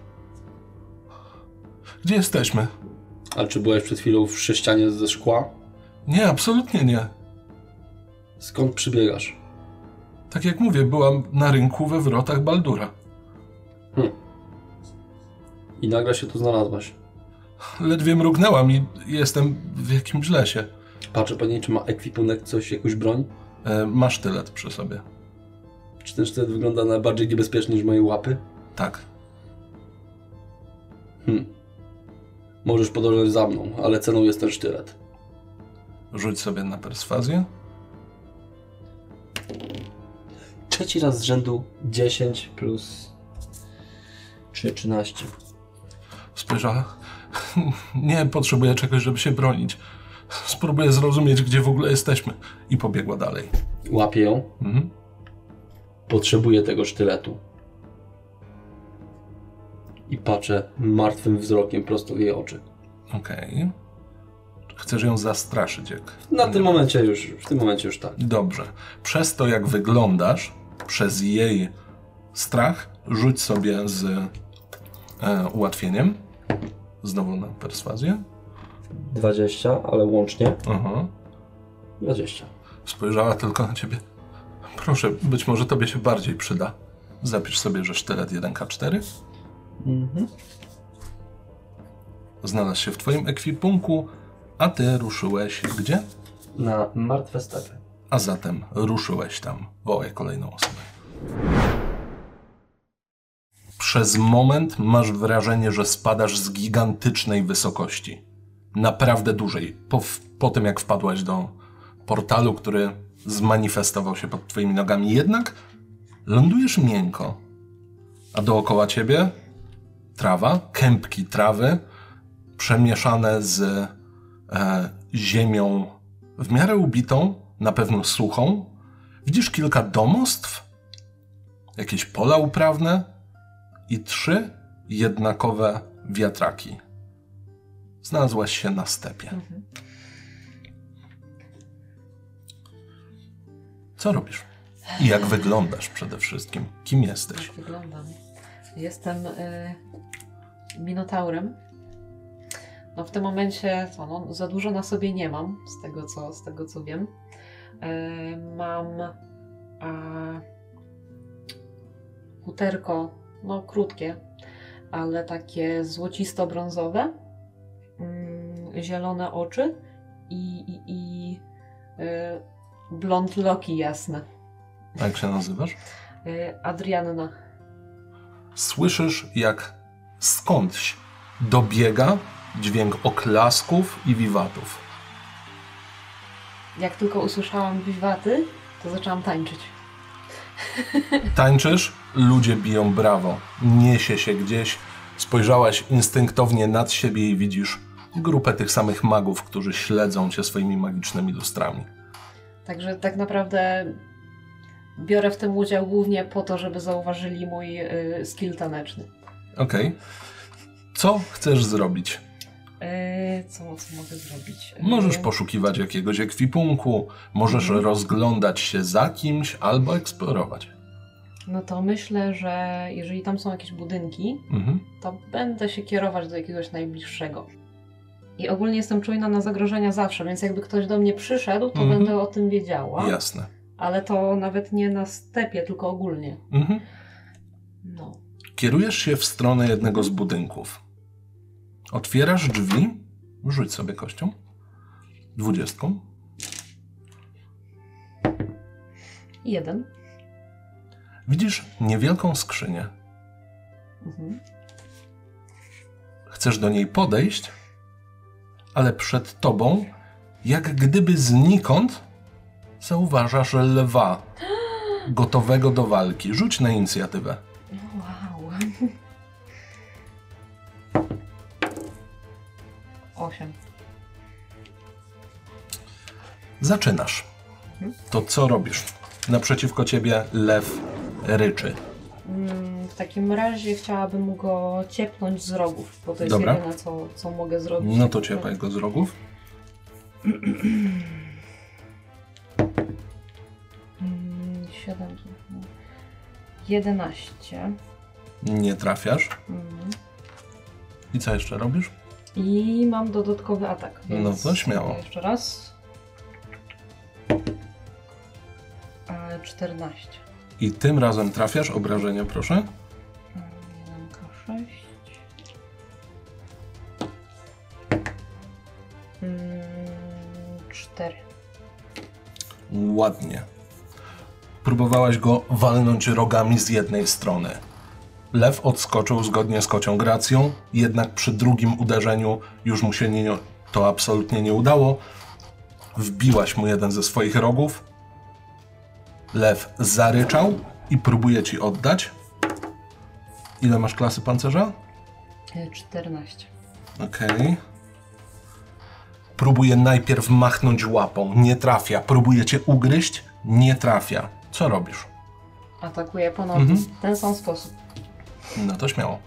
[SPEAKER 1] Gdzie jesteśmy?
[SPEAKER 5] A czy byłeś przed chwilą w sześcianie ze szkła?
[SPEAKER 1] Nie, absolutnie nie.
[SPEAKER 5] Skąd przybiegasz?
[SPEAKER 1] Tak jak mówię, byłam na rynku we wrotach Baldura.
[SPEAKER 5] Hm. I nagle się tu znalazłaś.
[SPEAKER 1] Ledwie mrugnęłam i jestem w jakimś lesie.
[SPEAKER 5] Patrzę pani, czy ma ekwipunek, coś, jakąś broń?
[SPEAKER 1] E, ma sztylet przy sobie.
[SPEAKER 5] Czy ten sztylet wygląda na bardziej niebezpieczny niż moje łapy?
[SPEAKER 1] Tak.
[SPEAKER 5] Hm. Możesz podążać za mną, ale ceną jest ten sztylet.
[SPEAKER 1] Rzuć sobie na perswazję.
[SPEAKER 5] Trzeci raz z rzędu dziesięć plus trzy, trzynaście.
[SPEAKER 1] Spojrzała. Nie potrzebuję czegoś, żeby się bronić. Spróbuję zrozumieć, gdzie w ogóle jesteśmy. I pobiegła dalej.
[SPEAKER 5] Łapię ją.
[SPEAKER 1] Mhm.
[SPEAKER 5] Potrzebuję tego sztyletu. I patrzę martwym wzrokiem prosto w jej oczy.
[SPEAKER 1] Okej. Chcesz ją zastraszyć, jak...
[SPEAKER 5] Na tym momencie już, w tym momencie już tak.
[SPEAKER 1] Dobrze. Przez to, jak wyglądasz, przez jej strach, rzuć sobie z e, ułatwieniem. Znowu na perswazję.
[SPEAKER 5] dwadzieścia, ale łącznie
[SPEAKER 1] Aha.
[SPEAKER 5] dwadzieścia.
[SPEAKER 1] Spojrzała tylko na ciebie. Proszę, być może tobie się bardziej przyda. Zapisz sobie, że sztylet jeden K cztery.
[SPEAKER 5] Mhm.
[SPEAKER 1] Znalazł się w twoim ekwipunku, a ty ruszyłeś gdzie?
[SPEAKER 5] Na martwe stepy.
[SPEAKER 1] A zatem ruszyłeś tam. Wołaj kolejną osobę. Przez moment masz wrażenie, że spadasz z gigantycznej wysokości. Naprawdę dużej. Po, po tym, jak wpadłaś do portalu, który zmanifestował się pod twoimi nogami. Jednak lądujesz miękko. A dookoła ciebie trawa, kępki trawy, przemieszane z e, ziemią w miarę ubitą, na pewno suchą. Widzisz kilka domostw, jakieś pola uprawne i trzy jednakowe wiatraki. Znalazłaś się na stepie.
[SPEAKER 4] Mhm.
[SPEAKER 1] Co robisz? I jak wyglądasz przede wszystkim? Kim jesteś?
[SPEAKER 4] Jak wyglądam? Jestem y, minotaurem. No w tym momencie co, no, za dużo na sobie nie mam, z tego co, z tego, co wiem. Y, mam y, futerko, no krótkie, ale takie złocisto-brązowe, y, zielone oczy i, i, i y, blond loki jasne.
[SPEAKER 1] A jak się nazywasz?
[SPEAKER 4] Y, Adrianna.
[SPEAKER 1] Słyszysz, jak skądś dobiega dźwięk oklasków i wiwatów.
[SPEAKER 4] Jak tylko usłyszałam wiwaty, to zaczęłam tańczyć.
[SPEAKER 1] Tańczysz, ludzie biją brawo. Niesie się gdzieś. Spojrzałaś instynktownie nad siebie i widzisz grupę tych samych magów, którzy śledzą cię swoimi magicznymi lustrami.
[SPEAKER 4] Także tak naprawdę biorę w tym udział głównie po to, żeby zauważyli mój y, skill taneczny.
[SPEAKER 1] Okej. Okay. Co chcesz zrobić?
[SPEAKER 4] Yy, co, co mogę zrobić? Yy,
[SPEAKER 1] Możesz poszukiwać jakiegoś ekwipunku, możesz
[SPEAKER 4] Mhm.
[SPEAKER 1] rozglądać się za kimś albo eksplorować.
[SPEAKER 4] No to myślę, że jeżeli tam są jakieś budynki,
[SPEAKER 1] Mhm.
[SPEAKER 4] to będę się kierować do jakiegoś najbliższego. I ogólnie jestem czujna na zagrożenia zawsze, więc jakby ktoś do mnie przyszedł, to
[SPEAKER 1] Mhm.
[SPEAKER 4] będę o tym wiedziała.
[SPEAKER 1] Jasne.
[SPEAKER 4] Ale to nawet nie na stepie, tylko ogólnie.
[SPEAKER 1] Mhm.
[SPEAKER 4] No.
[SPEAKER 1] Kierujesz się w stronę jednego z budynków. Otwierasz drzwi, rzuć sobie kością, dwudziestką.
[SPEAKER 4] Jeden.
[SPEAKER 1] Widzisz niewielką skrzynię.
[SPEAKER 4] Mhm.
[SPEAKER 1] Chcesz do niej podejść, ale przed tobą, jak gdyby znikąd, zauważasz lwa gotowego do walki. Rzuć na inicjatywę.
[SPEAKER 4] Wow. Osiem.
[SPEAKER 1] Zaczynasz. To co robisz? Naprzeciwko ciebie lew ryczy.
[SPEAKER 4] Mm, W takim razie chciałabym go ciepnąć z rogów, bo to jest
[SPEAKER 1] Dobra.
[SPEAKER 4] jedyne, co, co mogę zrobić.
[SPEAKER 1] No to ciepaj go z rogów.
[SPEAKER 4] Mm, siedem, jedenaście.
[SPEAKER 1] Nie trafiasz.
[SPEAKER 4] Mm.
[SPEAKER 1] I co jeszcze robisz?
[SPEAKER 4] I mam dodatkowy atak, więc
[SPEAKER 1] No to śmiało.
[SPEAKER 4] Jeszcze raz. E, czternaście.
[SPEAKER 1] I tym razem trafiasz. Obrażenia, proszę.
[SPEAKER 4] jeden K sześć. cztery.
[SPEAKER 1] Ładnie. Próbowałaś go walnąć rogami z jednej strony. Lew odskoczył zgodnie z kocią gracją, jednak przy drugim uderzeniu już mu się nie, to absolutnie nie udało. Wbiłaś mu jeden ze swoich rogów. Lew zaryczał i próbuje ci oddać. Ile masz klasy pancerza?
[SPEAKER 4] E, czternaście.
[SPEAKER 1] Okej. Próbuje najpierw machnąć łapą, nie trafia. Próbuje cię ugryźć, nie trafia. Co robisz?
[SPEAKER 4] Atakuję ponownie
[SPEAKER 1] Mhm.
[SPEAKER 4] w ten sam sposób.
[SPEAKER 1] No to śmiało.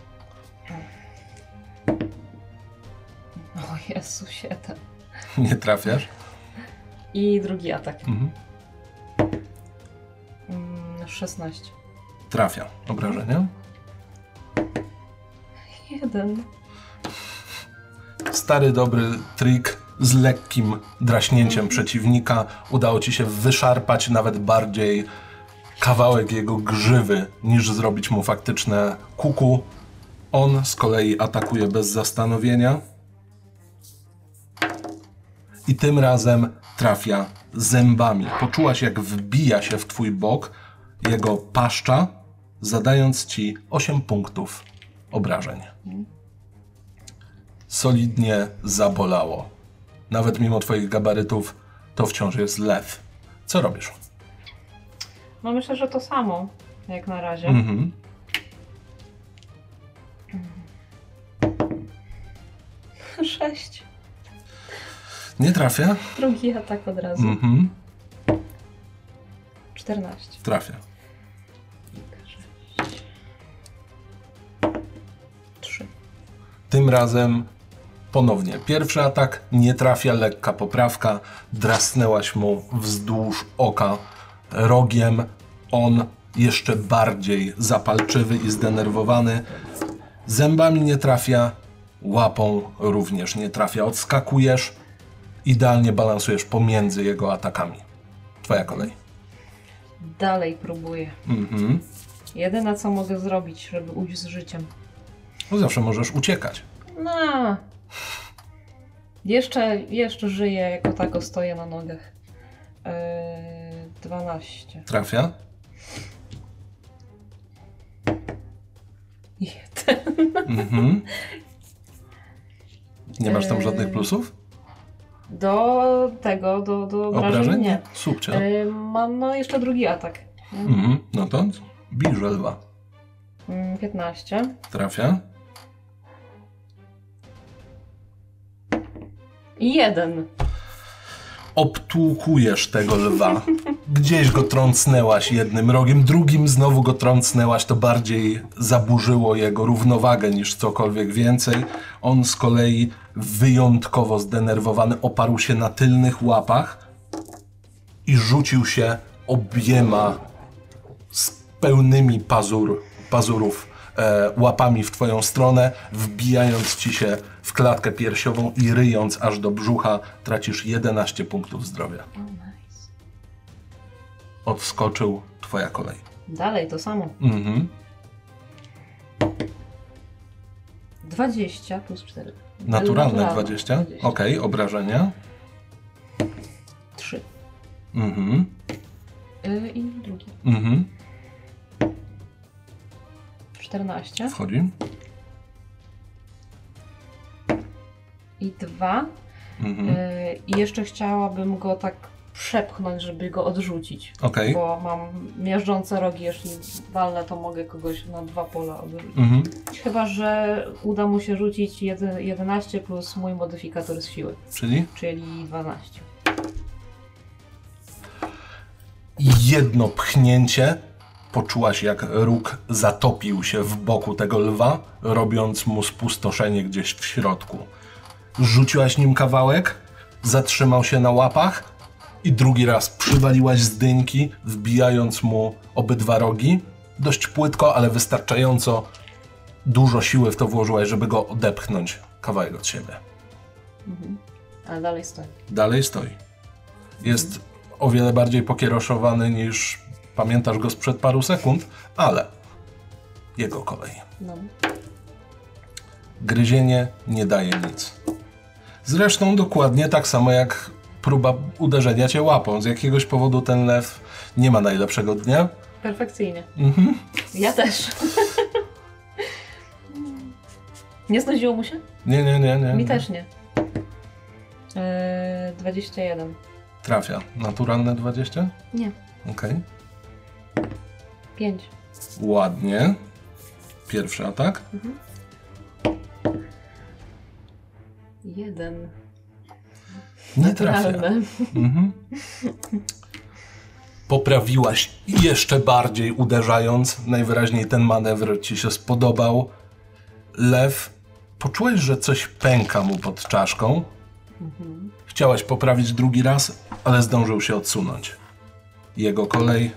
[SPEAKER 4] O Jezu, siedem.
[SPEAKER 1] Nie trafiasz.
[SPEAKER 4] I drugi atak.
[SPEAKER 1] Mhm.
[SPEAKER 4] Mm, szesnaście.
[SPEAKER 1] Trafia. Obrażenia.
[SPEAKER 4] jeden.
[SPEAKER 1] Stary, dobry trik z lekkim draśnięciem przeciwnika. Udało ci się wyszarpać nawet bardziej kawałek jego grzywy, niż zrobić mu faktyczne kuku. On z kolei atakuje bez zastanowienia. I tym razem trafia zębami. Poczułaś, jak wbija się w twój bok jego paszcza, zadając ci osiem punktów obrażeń. Solidnie zabolało. Nawet mimo twoich gabarytów to wciąż jest lew. Co robisz?
[SPEAKER 4] No myślę, że to samo, jak na razie.
[SPEAKER 1] Mhm.
[SPEAKER 4] sześć.
[SPEAKER 1] Nie trafia?
[SPEAKER 4] Drugi atak od razu.
[SPEAKER 1] Mhm.
[SPEAKER 4] czternaście.
[SPEAKER 1] Trafia.
[SPEAKER 4] trzy.
[SPEAKER 1] Tym razem ponownie pierwszy atak, nie trafia, lekka poprawka, drasnęłaś mu wzdłuż oka rogiem, on jeszcze bardziej zapalczywy i zdenerwowany, zębami nie trafia, łapą również nie trafia, odskakujesz, idealnie balansujesz pomiędzy jego atakami. Twoja kolej.
[SPEAKER 4] Dalej próbuję.
[SPEAKER 1] Mhm.
[SPEAKER 4] Jedyne, co mogę zrobić, żeby ujść z życiem.
[SPEAKER 1] No zawsze możesz uciekać.
[SPEAKER 4] No. Jeszcze, jeszcze żyję, jako tako stoję na nogach. Yy, dwanaście.
[SPEAKER 1] Trafia.
[SPEAKER 4] jeden.
[SPEAKER 1] Mhm. Nie masz tam
[SPEAKER 4] Eee.
[SPEAKER 1] żadnych plusów?
[SPEAKER 4] Do tego, do, do obrażeń
[SPEAKER 1] Obrażeń?
[SPEAKER 4] nie.
[SPEAKER 1] Subcie.
[SPEAKER 4] Yy, mam no jeszcze drugi atak.
[SPEAKER 1] Mhm. No to bij żelwa.
[SPEAKER 4] Yy, piętnaście.
[SPEAKER 1] Trafia.
[SPEAKER 4] I jeden.
[SPEAKER 1] Obtłukujesz tego lwa. Gdzieś go trącnęłaś jednym rogiem, drugim znowu go trącnęłaś. To bardziej zaburzyło jego równowagę niż cokolwiek więcej. On z kolei wyjątkowo zdenerwowany oparł się na tylnych łapach i rzucił się obiema z pełnymi pazur, pazurów e, łapami w twoją stronę, wbijając ci się w klatkę piersiową i ryjąc aż do brzucha. Tracisz jedenaście punktów zdrowia.
[SPEAKER 4] Oh, nice.
[SPEAKER 1] Odskoczył, twoja kolej.
[SPEAKER 4] Dalej to samo.
[SPEAKER 1] Mhm.
[SPEAKER 4] dwadzieścia plus cztery.
[SPEAKER 1] Naturalne
[SPEAKER 4] Naturalne
[SPEAKER 1] dwadzieścia. Okej, obrażenia.
[SPEAKER 4] trzy.
[SPEAKER 1] Mhm.
[SPEAKER 4] Yy, I drugi.
[SPEAKER 1] Mhm.
[SPEAKER 4] czternaście.
[SPEAKER 1] Wchodzi.
[SPEAKER 4] I dwa.
[SPEAKER 1] Mhm.
[SPEAKER 4] Yy, I jeszcze chciałabym go tak przepchnąć, żeby go odrzucić.
[SPEAKER 1] Okej.
[SPEAKER 4] Bo mam miażdżące rogi, jeśli walnę, to mogę kogoś na dwa pola odrzucić.
[SPEAKER 1] Mhm.
[SPEAKER 4] Chyba że uda mu się rzucić jedy- jedenaście plus mój modyfikator z siły,
[SPEAKER 1] Czyli
[SPEAKER 4] czyli dwanaście.
[SPEAKER 1] jedno pchnięcie Poczułaś, jak róg zatopił się w boku tego lwa, robiąc mu spustoszenie gdzieś w środku. Rzuciłaś nim kawałek, zatrzymał się na łapach i drugi raz przywaliłaś z dynki, wbijając mu obydwa rogi. Dość płytko, ale wystarczająco dużo siły w to włożyłaś, żeby go odepchnąć kawałek od siebie.
[SPEAKER 4] Mhm. Ale dalej stoi.
[SPEAKER 1] Dalej stoi. Jest o wiele bardziej pokieroszowany niż pamiętasz go sprzed paru sekund, ale jego kolej.
[SPEAKER 4] No.
[SPEAKER 1] Gryzienie nie daje nic. Zresztą dokładnie tak samo jak próba uderzenia cię łapą. Z jakiegoś powodu ten lew nie ma najlepszego dnia.
[SPEAKER 4] Perfekcyjnie.
[SPEAKER 1] Mhm.
[SPEAKER 4] Ja też. Nie znudziło mu się?
[SPEAKER 1] Nie, nie, nie, nie.
[SPEAKER 4] Mi też nie. Eee, dwadzieścia jeden.
[SPEAKER 1] Trafia. Naturalne dwadzieścia?
[SPEAKER 4] Nie.
[SPEAKER 1] Okej.
[SPEAKER 4] pięć.
[SPEAKER 1] Ładnie. Pierwszy atak.
[SPEAKER 4] jeden.
[SPEAKER 1] Nie trafia.
[SPEAKER 4] Naturalne.
[SPEAKER 1] Mhm. Poprawiłaś jeszcze bardziej uderzając. Najwyraźniej ten manewr ci się spodobał. Lew, poczułeś, że coś pęka mu pod czaszką.
[SPEAKER 4] Mhm.
[SPEAKER 1] Chciałaś poprawić drugi raz, ale zdążył się odsunąć. Jego kolej.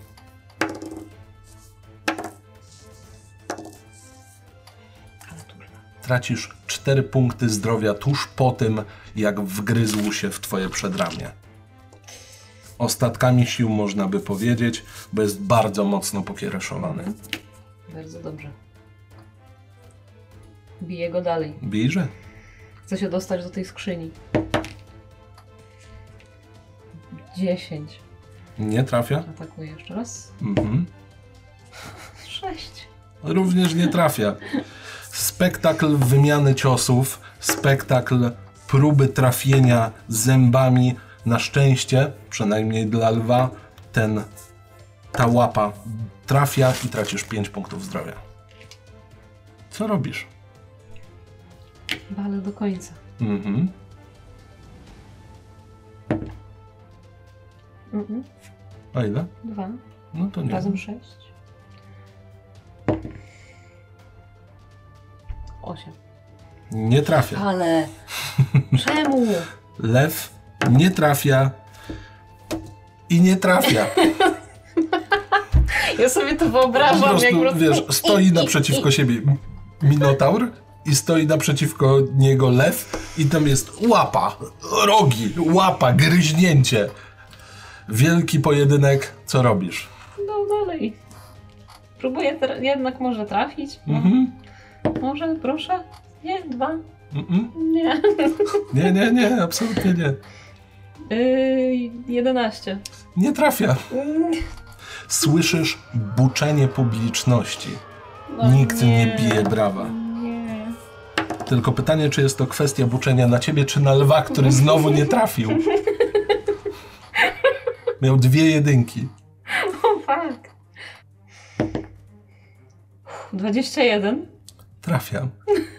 [SPEAKER 1] Tracisz cztery punkty zdrowia tuż po tym, jak wgryzł się w twoje przedramię. Ostatkami sił można by powiedzieć, bo jest bardzo mocno pokiereszowany.
[SPEAKER 4] Bardzo dobrze. Biję go dalej.
[SPEAKER 1] Bijże?
[SPEAKER 4] Chcę się dostać do tej skrzyni. dziesięć.
[SPEAKER 1] Nie trafia?
[SPEAKER 4] Atakuję jeszcze raz.
[SPEAKER 1] Mhm.
[SPEAKER 4] sześć.
[SPEAKER 1] Również nie trafia. Spektakl wymiany ciosów, spektakl próby trafienia zębami. Na szczęście, przynajmniej dla lwa, ten, ta łapa trafia i tracisz pięć punktów zdrowia. Co robisz?
[SPEAKER 4] Walę do końca.
[SPEAKER 1] Mhm.
[SPEAKER 4] Mhm.
[SPEAKER 1] A ile?
[SPEAKER 4] Dwa.
[SPEAKER 1] No to nie.
[SPEAKER 4] Razem sześć. Osiem.
[SPEAKER 1] Nie trafia.
[SPEAKER 4] Ale czemu?
[SPEAKER 1] Lew nie trafia i nie trafia.
[SPEAKER 4] Ja sobie to
[SPEAKER 1] Po
[SPEAKER 4] wyobrażam,
[SPEAKER 1] prostu,
[SPEAKER 4] jak po prostu...
[SPEAKER 1] wiesz, stoi naprzeciwko siebie minotaur i stoi naprzeciwko niego lew i tam jest łapa, rogi, łapa, gryźnięcie. Wielki pojedynek. Co robisz?
[SPEAKER 4] No dalej. Próbuję tra- jednak może trafić. No.
[SPEAKER 1] Mhm.
[SPEAKER 4] Może, proszę? Nie, dwa.
[SPEAKER 1] Mm-mm.
[SPEAKER 4] Nie.
[SPEAKER 1] Nie, nie, nie, absolutnie nie.
[SPEAKER 4] Yy, jedenaście.
[SPEAKER 1] Nie trafia.
[SPEAKER 4] Mm,
[SPEAKER 1] Słyszysz buczenie publiczności.
[SPEAKER 4] no
[SPEAKER 1] Nikt nie bije brawa.
[SPEAKER 4] Nie.
[SPEAKER 1] Tylko pytanie, czy jest to kwestia buczenia na ciebie, czy na lwa, który znowu nie trafił. Miał dwie jedynki.
[SPEAKER 4] O fuck. dwadzieścia jeden.
[SPEAKER 1] Trafia.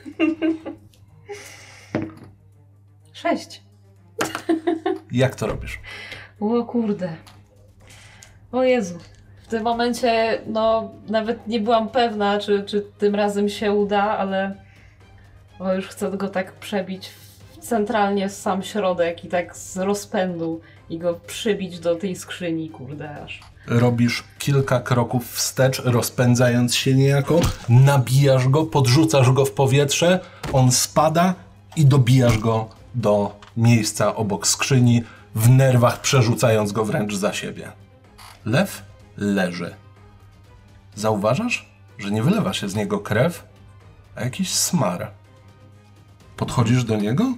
[SPEAKER 4] sześć.
[SPEAKER 1] Jak to robisz?
[SPEAKER 4] O kurde. O Jezu. W tym momencie, no, nawet nie byłam pewna, czy, czy tym razem się uda, ale o, już chcę go tak przebić w centralnie w sam środek i tak z rozpędu i go przybić do tej skrzyni, kurde, aż.
[SPEAKER 1] Robisz kilka kroków wstecz, rozpędzając się niejako, nabijasz go, podrzucasz go w powietrze, on spada i dobijasz go do miejsca obok skrzyni, w nerwach przerzucając go wręcz za siebie. Lew leży. Zauważasz, że nie wylewa się z niego krew, a jakiś smar. Podchodzisz do niego,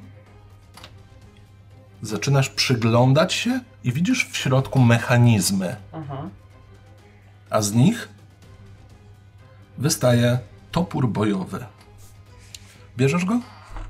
[SPEAKER 1] zaczynasz przyglądać się i widzisz w środku mechanizmy.
[SPEAKER 4] Aha.
[SPEAKER 1] A z nich wystaje topór bojowy. Bierzesz go?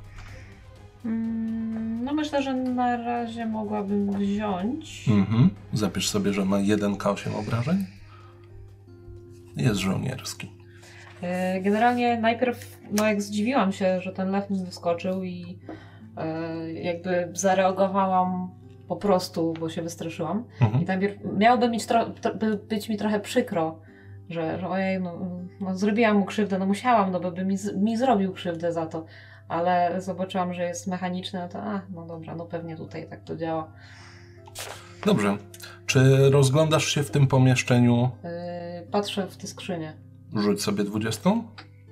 [SPEAKER 4] Mm, no myślę, że na razie mogłabym wziąć.
[SPEAKER 1] Mhm. Zapisz sobie, że ma jeden K osiem obrażeń. Jest żołnierski.
[SPEAKER 4] E, Generalnie najpierw, no jak zdziwiłam się, że ten lew mi wyskoczył i e, jakby zareagowałam po prostu, bo się wystraszyłam.
[SPEAKER 1] Mhm.
[SPEAKER 4] I najpierw miałoby mieć tro- to, by być mi trochę przykro, że, że ojej, no, no zrobiłam mu krzywdę, no musiałam, no bo by mi, z- mi zrobił krzywdę za to. Ale zobaczyłam, że jest mechaniczny, no to a, no dobra, no pewnie tutaj tak to działa.
[SPEAKER 1] Dobrze. Czy rozglądasz się w tym pomieszczeniu?
[SPEAKER 4] Yy, patrzę w te skrzynie.
[SPEAKER 1] Rzuć sobie dwudziestą.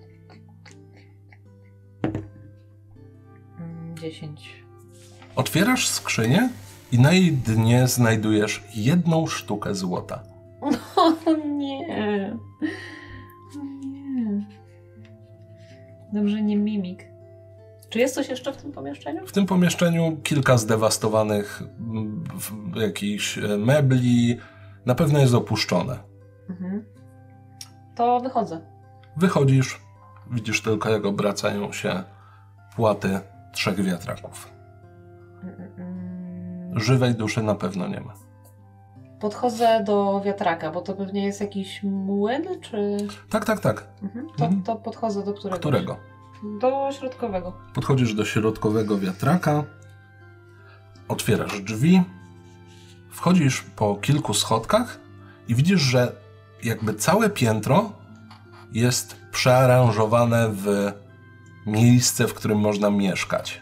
[SPEAKER 4] Mm, dziesięć.
[SPEAKER 1] Otwierasz skrzynię i na jej dnie znajdujesz jedną sztukę złota.
[SPEAKER 4] O nie. O nie. Dobrze, nie mimik. Czy jest coś jeszcze w tym pomieszczeniu?
[SPEAKER 1] W tym pomieszczeniu kilka zdewastowanych mm, w- jakichś e, mebli. Na pewno jest opuszczone.
[SPEAKER 4] Mhm. To wychodzę.
[SPEAKER 1] Wychodzisz, widzisz tylko jak obracają się płaty trzech wiatraków.
[SPEAKER 4] Mm, mm.
[SPEAKER 1] Żywej duszy na pewno nie ma.
[SPEAKER 4] Podchodzę do wiatraka, bo to pewnie jest jakiś młyn, czy...
[SPEAKER 1] Tak, tak, tak.
[SPEAKER 4] Mhm. To,
[SPEAKER 1] Mhm.
[SPEAKER 4] to podchodzę do którego?
[SPEAKER 1] Którego?
[SPEAKER 4] Do środkowego.
[SPEAKER 1] Podchodzisz do środkowego wiatraka, otwierasz drzwi, wchodzisz po kilku schodkach i widzisz, że jakby całe piętro jest przearanżowane w miejsce, w którym można mieszkać.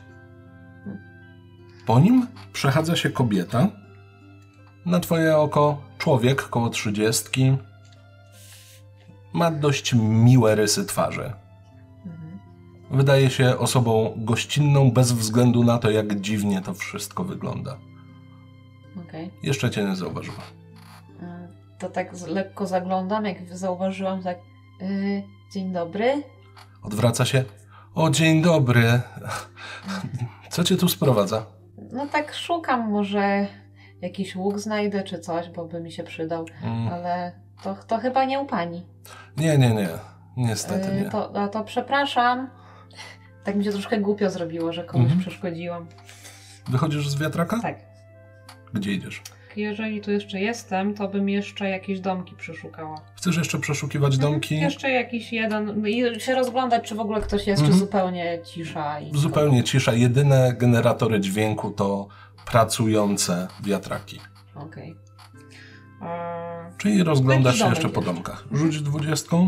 [SPEAKER 1] Po nim przechadza się kobieta. Na twoje oko człowiek koło trzydziestki. Ma dość miłe rysy twarzy.
[SPEAKER 4] Mhm.
[SPEAKER 1] Wydaje się osobą gościnną bez względu na to, jak dziwnie to wszystko wygląda.
[SPEAKER 4] Okej.
[SPEAKER 1] Jeszcze cię nie zauważyła.
[SPEAKER 4] Y, To tak z- lekko zaglądam, jak zauważyłam, tak... y, dzień dobry.
[SPEAKER 1] Odwraca się. O, dzień dobry. Co cię tu sprowadza?
[SPEAKER 4] No tak szukam, może jakiś łuk znajdę, czy coś, bo by mi się przydał.
[SPEAKER 1] Mm,
[SPEAKER 4] Ale to, to chyba nie u pani.
[SPEAKER 1] Nie, nie, nie. Niestety
[SPEAKER 4] Y,
[SPEAKER 1] nie.
[SPEAKER 4] to, a to przepraszam. Tak mi się troszkę głupio zrobiło, że komuś
[SPEAKER 1] Mhm.
[SPEAKER 4] przeszkodziłam.
[SPEAKER 1] Wychodzisz z wiatraka?
[SPEAKER 4] Tak.
[SPEAKER 1] Gdzie idziesz?
[SPEAKER 4] Jeżeli tu jeszcze jestem, to bym jeszcze jakieś domki przeszukała.
[SPEAKER 1] Chcesz jeszcze przeszukiwać domki?
[SPEAKER 4] Jeszcze jakiś jeden. I się rozglądać, czy w ogóle ktoś jest,
[SPEAKER 1] Mhm.
[SPEAKER 4] czy zupełnie cisza. I
[SPEAKER 1] Zupełnie cisza. Jedyne generatory dźwięku to pracujące wiatraki.
[SPEAKER 4] Okej. Eee,
[SPEAKER 1] Czyli rozglądasz
[SPEAKER 4] Jakiś
[SPEAKER 1] się
[SPEAKER 4] domek
[SPEAKER 1] jeszcze po
[SPEAKER 4] jeszcze.
[SPEAKER 1] domkach. Rzuć dwudziestką.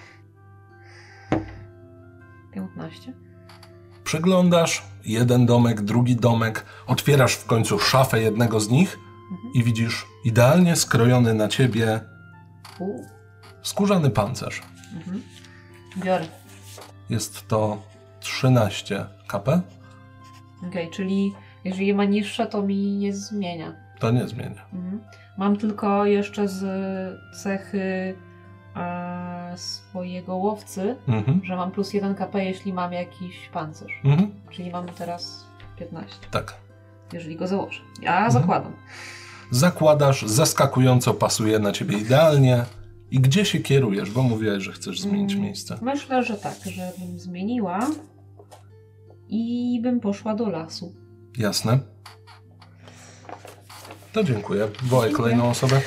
[SPEAKER 4] piętnaście.
[SPEAKER 1] Przeglądasz jeden domek, drugi domek, otwierasz w końcu szafę jednego z nich
[SPEAKER 4] Mhm.
[SPEAKER 1] i widzisz idealnie skrojony na ciebie
[SPEAKER 4] U.
[SPEAKER 1] skórzany pancerz.
[SPEAKER 4] Mhm. Biorę.
[SPEAKER 1] Jest to trzynaście K P.
[SPEAKER 4] Okej, czyli jeżeli ma niższe, to mi nie zmienia.
[SPEAKER 1] To nie zmienia.
[SPEAKER 4] Mhm. Mam tylko jeszcze z cechy e, swojego łowcy,
[SPEAKER 1] Mhm.
[SPEAKER 4] że mam plus jeden K P, jeśli mam jakiś pancerz.
[SPEAKER 1] Mhm.
[SPEAKER 4] Czyli mam teraz piętnaście,
[SPEAKER 1] Tak.
[SPEAKER 4] jeżeli go założę. Ja
[SPEAKER 1] Mhm.
[SPEAKER 4] zakładam.
[SPEAKER 1] Zakładasz, zaskakująco pasuje na ciebie idealnie. I gdzie się kierujesz? Bo mówiłeś, że chcesz zmienić
[SPEAKER 4] Mm,
[SPEAKER 1] miejsce.
[SPEAKER 4] Myślę, że tak, że bym zmieniła i bym poszła do lasu.
[SPEAKER 1] Jasne. To dziękuję. Wołaj
[SPEAKER 4] Dziękuję.
[SPEAKER 1] kolejną osobę.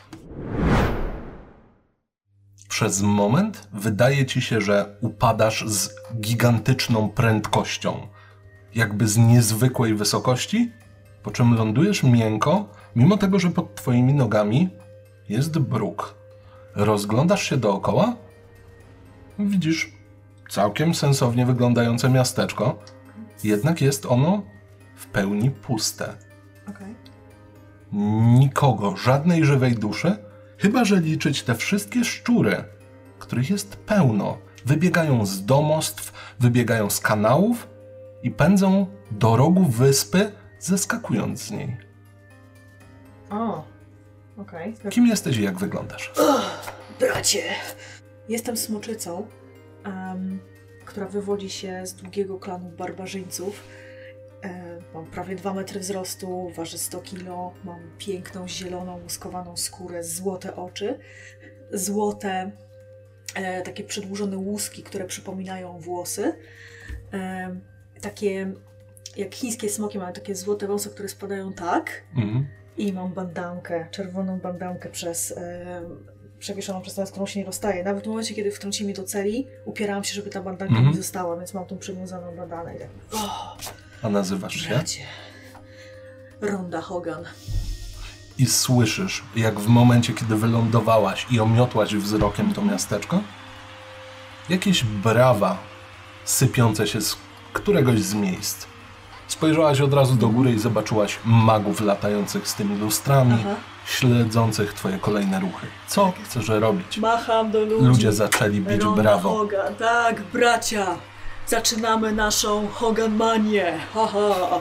[SPEAKER 1] Przez moment wydaje ci się, że upadasz z gigantyczną prędkością, jakby z niezwykłej wysokości, po czym lądujesz miękko, mimo tego, że pod twoimi nogami jest bruk. Rozglądasz się dookoła, widzisz całkiem sensownie wyglądające miasteczko, jednak jest ono w pełni puste.
[SPEAKER 4] Okej.
[SPEAKER 1] Nikogo, żadnej żywej duszy, chyba że liczyć te wszystkie szczury, których jest pełno. Wybiegają z domostw, wybiegają z kanałów i pędzą do rogu wyspy, zeskakując z niej.
[SPEAKER 4] O, okej.
[SPEAKER 1] Kim jesteś i jak wyglądasz?
[SPEAKER 6] Bracie! Jestem smoczycą, em, która wywodzi się z długiego klanu barbarzyńców. E, mam prawie dwa metry wzrostu, ważę sto kilo, mam piękną, zieloną, muskowaną skórę, złote oczy, złote, e, takie przedłużone łuski, które przypominają włosy. E, takie, jak chińskie smoki, mają takie złote wąsy, które spadają tak.
[SPEAKER 1] Mhm.
[SPEAKER 6] I mam bandankę, czerwoną bandankę przez, e, przewieszoną przez nas, którą się nie rozstaje. Nawet w momencie, kiedy wtrącili mnie do celi, upierałam się, żeby ta bandanka
[SPEAKER 1] Mhm.
[SPEAKER 6] mi została, więc mam tą przywiązaną bandanę. I tak, o,
[SPEAKER 1] A nazywasz się?
[SPEAKER 6] bracie. Ronda Hogan.
[SPEAKER 1] i słyszysz, jak w momencie, kiedy wylądowałaś i omiotłaś wzrokiem to miasteczko, jakieś brawa sypiące się z któregoś z miejsc. Spojrzałaś od razu do góry i zobaczyłaś magów latających z tymi lustrami,
[SPEAKER 6] Aha.
[SPEAKER 1] śledzących twoje kolejne ruchy. Co chcesz robić?
[SPEAKER 6] Macham do ludzi.
[SPEAKER 1] Ludzie zaczęli bić
[SPEAKER 6] Ronda
[SPEAKER 1] brawo.
[SPEAKER 6] Hogan, tak, bracia! Zaczynamy naszą Hoganmanię. Haha.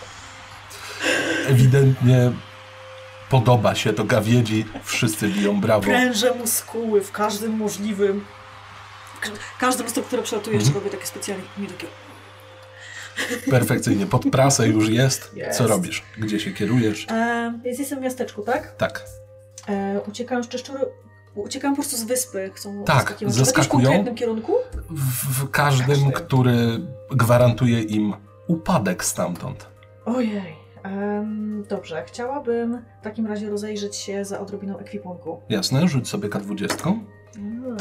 [SPEAKER 1] Ewidentnie podoba się to gawiedzi, wszyscy biją brawo.
[SPEAKER 6] Prężę muskuły w każdym możliwym... Ka- Każde lustro, które przelatuje, jeszcze robię takie specjalnie, nie takie...
[SPEAKER 1] Perfekcyjnie, pod prasę już jest.
[SPEAKER 6] Jest.
[SPEAKER 1] Co robisz? Gdzie się kierujesz?
[SPEAKER 6] E, więc jestem w miasteczku, tak?
[SPEAKER 1] Tak.
[SPEAKER 6] E, uciekają jeszcze szczury... Uciekają po prostu z wyspy. Chcą
[SPEAKER 1] Tak,
[SPEAKER 6] zaskakiwać.
[SPEAKER 1] zeskakują.
[SPEAKER 6] W jakimś konkretnym kierunku?
[SPEAKER 1] W, w każdym,
[SPEAKER 6] Każdy.
[SPEAKER 1] który gwarantuje im upadek stamtąd.
[SPEAKER 6] Ojej. Em, dobrze, chciałabym w takim razie rozejrzeć się za odrobiną ekwipunku.
[SPEAKER 1] Jasne, rzuć sobie K dwadzieścia.
[SPEAKER 6] Mm.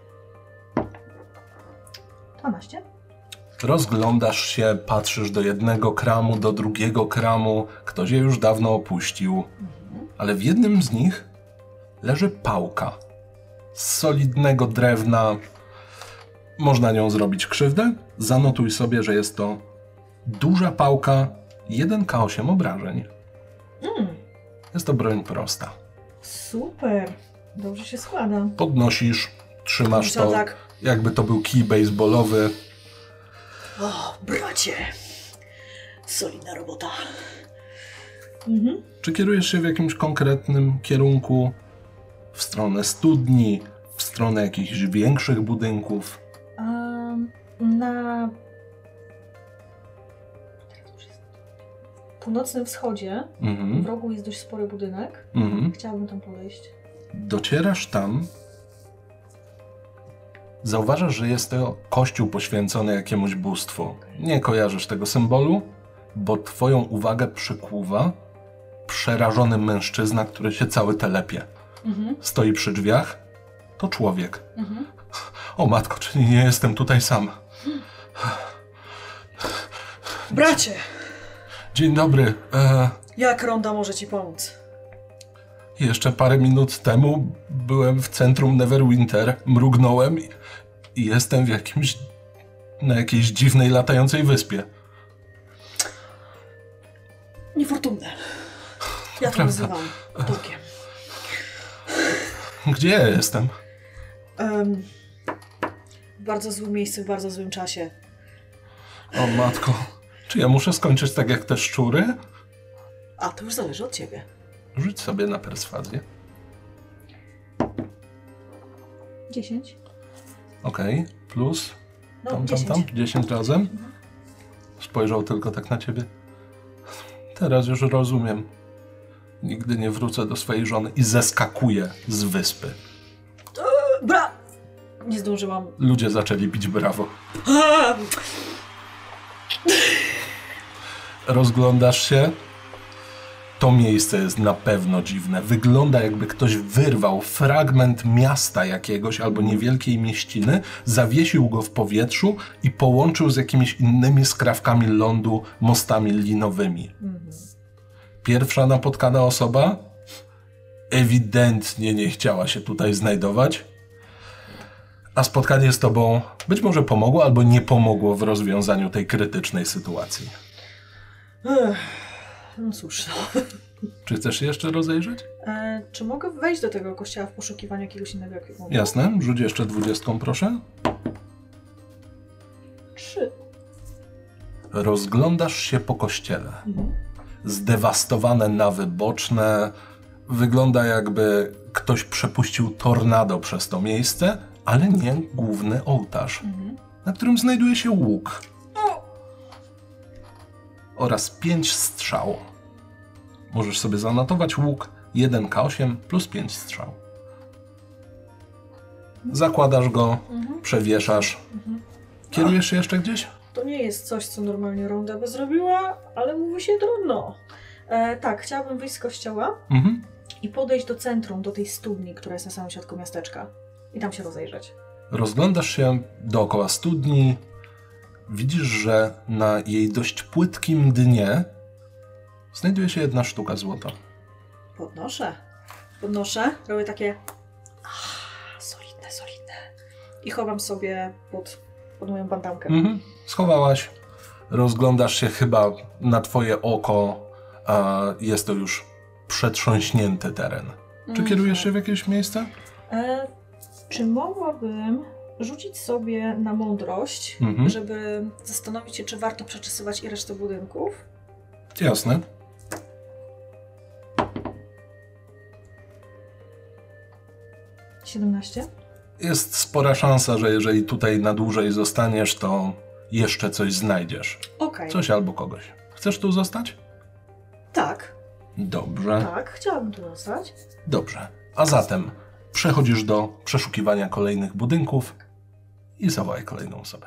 [SPEAKER 6] dwanaście?
[SPEAKER 1] Rozglądasz się, patrzysz do jednego kramu, do drugiego kramu. Ktoś je już dawno opuścił. Ale w jednym z nich leży pałka. Z solidnego drewna. Można nią zrobić krzywdę. Zanotuj sobie, że jest to duża pałka, jeden K osiem obrażeń.
[SPEAKER 6] Mm.
[SPEAKER 1] Jest to broń prosta.
[SPEAKER 6] Super. Dobrze się składa.
[SPEAKER 1] Podnosisz, trzymasz
[SPEAKER 6] Muszę
[SPEAKER 1] to,
[SPEAKER 6] tak.
[SPEAKER 1] jakby to był kij baseballowy.
[SPEAKER 6] O, bracie. Solidna robota. Mhm.
[SPEAKER 1] Czy kierujesz się w jakimś konkretnym kierunku? W stronę studni, w stronę jakichś większych budynków?
[SPEAKER 6] Um, na północnym wschodzie w
[SPEAKER 1] Mhm.
[SPEAKER 6] rogu jest dość spory budynek.
[SPEAKER 1] Mhm.
[SPEAKER 6] Chciałabym tam podejść.
[SPEAKER 1] Docierasz tam. Zauważasz, że jest to kościół poświęcony jakiemuś bóstwu. Nie kojarzysz tego symbolu, bo twoją uwagę przykuwa przerażony mężczyzna, który się cały telepie.
[SPEAKER 6] Mhm.
[SPEAKER 1] Stoi przy drzwiach. To człowiek.
[SPEAKER 6] Mhm.
[SPEAKER 1] O matko, czyli nie jestem tutaj sam.
[SPEAKER 6] Bracie,
[SPEAKER 1] Dzień dobry. E,
[SPEAKER 6] jak Ronda może ci pomóc?
[SPEAKER 1] jeszcze parę minut temu byłem w centrum Neverwinter, mrugnąłem i, i jestem w jakimś... na jakiejś dziwnej latającej wyspie.
[SPEAKER 6] Niefortunne. Ja to
[SPEAKER 1] Prawda.
[SPEAKER 6] nazywam Turkiem.
[SPEAKER 1] Gdzie ja jestem?
[SPEAKER 6] Um, w bardzo złym miejscu, w bardzo złym czasie.
[SPEAKER 1] O matko, czy ja muszę skończyć tak jak te szczury?
[SPEAKER 6] A to już zależy od ciebie.
[SPEAKER 1] Rzuć sobie na perswazję.
[SPEAKER 6] dziesięć.
[SPEAKER 1] Okej, plus...
[SPEAKER 6] No,
[SPEAKER 1] Tam, tam,
[SPEAKER 6] dziesięć.
[SPEAKER 1] tam, dziesięć razem. Spojrzał tylko tak na ciebie. Teraz już rozumiem. Nigdy nie wrócę do swojej żony i zeskakuję z wyspy.
[SPEAKER 6] Bra! Nie zdążyłam.
[SPEAKER 1] Ludzie zaczęli bić brawo.
[SPEAKER 6] A!
[SPEAKER 1] Rozglądasz się. To miejsce jest na pewno dziwne. Wygląda, jakby ktoś wyrwał fragment miasta jakiegoś albo niewielkiej mieściny, zawiesił go w powietrzu i połączył z jakimiś innymi skrawkami lądu mostami linowymi. Pierwsza napotkana osoba ewidentnie nie chciała się tutaj znajdować, a spotkanie z tobą być może pomogło albo nie pomogło w rozwiązaniu tej krytycznej sytuacji.
[SPEAKER 6] Ech, no cóż. No.
[SPEAKER 1] Czy chcesz się jeszcze rozejrzeć?
[SPEAKER 6] E, czy mogę wejść do tego kościoła w poszukiwaniu jakiegoś innego ekwipunku?
[SPEAKER 1] Jasne, rzuć jeszcze dwudziestką, proszę.
[SPEAKER 6] Trzy.
[SPEAKER 1] Rozglądasz się po kościele.
[SPEAKER 6] Mhm.
[SPEAKER 1] Zdewastowane nawy boczne. Wygląda, jakby ktoś przepuścił tornado przez to miejsce, ale nie główny ołtarz,
[SPEAKER 6] Mhm.
[SPEAKER 1] na którym znajduje się łuk. Oraz pięć strzał. Możesz sobie zanotować łuk jeden K osiem plus pięć strzał. Zakładasz go,
[SPEAKER 6] Mhm.
[SPEAKER 1] przewieszasz. Kierujesz się jeszcze gdzieś?
[SPEAKER 6] To nie jest coś, co normalnie Ronda by zrobiła, ale mówi się trudno. E, tak, chciałabym wyjść z kościoła
[SPEAKER 1] Mhm.
[SPEAKER 6] i podejść do centrum, do tej studni, która jest na samym środku miasteczka. I tam się rozejrzeć.
[SPEAKER 1] Rozglądasz się dookoła studni. Widzisz, że na jej dość płytkim dnie znajduje się jedna sztuka złota.
[SPEAKER 6] Podnoszę. Podnoszę, robię takie... Ah, solidne, solidne. I chowam sobie pod, pod moją bandamkę.
[SPEAKER 1] Mhm. Schowałaś. Rozglądasz się chyba na twoje oko, a jest to już przetrząśnięty teren. Czy
[SPEAKER 6] Mhm.
[SPEAKER 1] kierujesz się w jakieś miejsce?
[SPEAKER 6] E, czy mogłabym rzucić sobie na mądrość,
[SPEAKER 1] Mhm.
[SPEAKER 6] żeby zastanowić się, czy warto przeczesywać i resztę budynków?
[SPEAKER 1] Jasne.
[SPEAKER 6] siedemnaście?
[SPEAKER 1] Jest spora szansa, że jeżeli tutaj na dłużej zostaniesz, to jeszcze coś znajdziesz.
[SPEAKER 6] Okej.
[SPEAKER 1] Coś albo kogoś. Chcesz tu zostać?
[SPEAKER 6] Tak,
[SPEAKER 1] Dobrze.
[SPEAKER 6] tak, chciałabym tu zostać.
[SPEAKER 1] Dobrze. A zatem przechodzisz do przeszukiwania kolejnych budynków i zawołaj kolejną osobę.